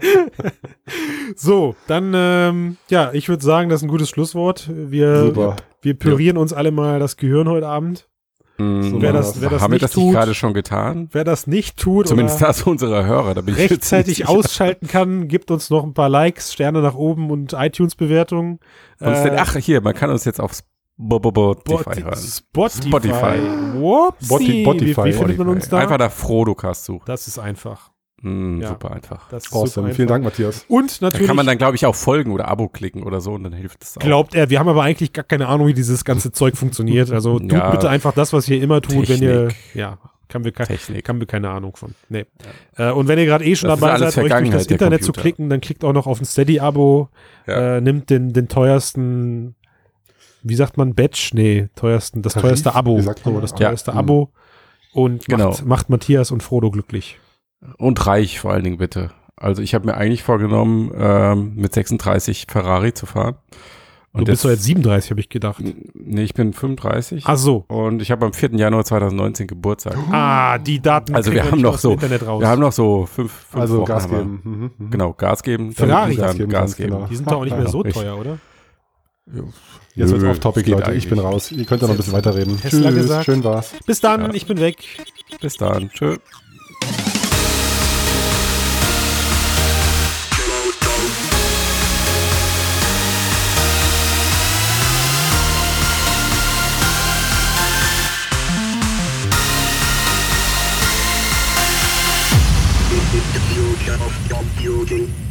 S3: So, dann, ähm, ja, ich würde sagen, das ist ein gutes Schlusswort. Wir,
S1: Super.
S3: wir pürieren uns alle mal das Gehirn heute Abend.
S2: Mm,
S3: wer das- wer das
S2: haben wir
S3: nicht
S2: das nicht
S3: tut-
S2: gerade schon getan?
S3: Wer das nicht tut
S2: Zumindest
S3: oder
S2: das unserer Hörer. Da bin ich jetzt nicht
S3: rechtzeitig
S2: sicher.
S3: ausschalten kann, gibt uns noch ein paar Likes, Sterne nach oben und iTunes-Bewertungen.
S2: Uns denn,
S3: Äh,
S2: ach, hier, man kann uns jetzt auf Spotify
S3: Spotify.
S2: hören.
S3: Spotify.
S2: Spotify.
S3: Whoopsie.
S1: Boti- Spotify.
S3: Wie, wie findet man uns da?
S2: Einfach nach Frodocast suchen.
S3: Das ist einfach.
S2: Mm,
S3: Ja.
S2: Super einfach.
S3: Das ist
S1: Awesome.
S3: super
S1: Vielen
S3: einfach.
S1: Dank, Matthias.
S3: Und
S2: Da
S3: natürlich
S2: kann man dann, glaube ich, auch folgen oder Abo klicken oder so und dann hilft es auch.
S3: glaubt er, wir haben aber eigentlich gar keine Ahnung, wie dieses ganze Zeug funktioniert. Also tut
S2: Ja.
S3: bitte einfach das, was ihr immer tut, wenn ihr,
S2: Technik.
S3: ja, haben wir, ke
S2: Technik.
S3: haben wir keine Ahnung von. Nee. Äh, und wenn ihr gerade eh schon
S2: Das ist
S3: dabei
S2: alles
S3: seid, euch durch
S2: Vergangenheit,
S3: das
S2: der
S3: Internet zu
S2: Computer.
S3: klicken, dann klickt auch noch auf ein Steady-Abo,
S2: Ja.
S3: äh, nimmt den, den teuersten, wie sagt man, Batch? Nee, teuersten, das
S1: Tarif?
S3: teuerste Abo.
S1: Wie sagt man
S3: So, das
S1: das?
S3: teuerste
S1: Ja.
S3: Abo. Und
S2: Genau.
S3: macht, macht Matthias und Frodo glücklich.
S2: Und reich vor allen Dingen bitte. Also ich habe mir eigentlich vorgenommen, ähm, mit sechsunddreißig Ferrari zu fahren.
S3: Du bist doch jetzt siebenunddreißig, habe ich gedacht.
S2: Nee, ich bin fünfunddreißig.
S3: Ach so.
S2: Und ich habe am vierten Januar zweitausendneunzehn Geburtstag.
S3: Ah, die Daten
S2: Also wir
S3: kriegen
S2: haben
S3: nicht
S2: noch
S3: aus
S2: so,
S3: dem Internet raus.
S2: wir haben noch so fünf, fünf
S1: Also
S2: Wochen
S1: Gas
S2: haben wir.
S1: geben. Mhm, mhm.
S2: Genau, Gas geben.
S3: Ferrari.
S2: dann
S1: Gas geben
S2: Gas
S1: kannst,
S2: geben.
S1: genau.
S3: Die sind doch auch nicht mehr so
S2: Richtig.
S3: teuer, oder?
S1: Jetzt wird's
S2: Nö,
S1: off-topic,
S2: geht
S1: Leute. Ich bin
S2: eigentlich.
S1: raus. Ihr könnt ja noch ein bisschen weiterreden.
S3: Tesla
S1: Tschüss.
S3: gesagt.
S1: Schön war's.
S3: Bis dann,
S2: Ja.
S3: ich bin weg.
S2: Bis dann. Tschö.
S4: The future of computing.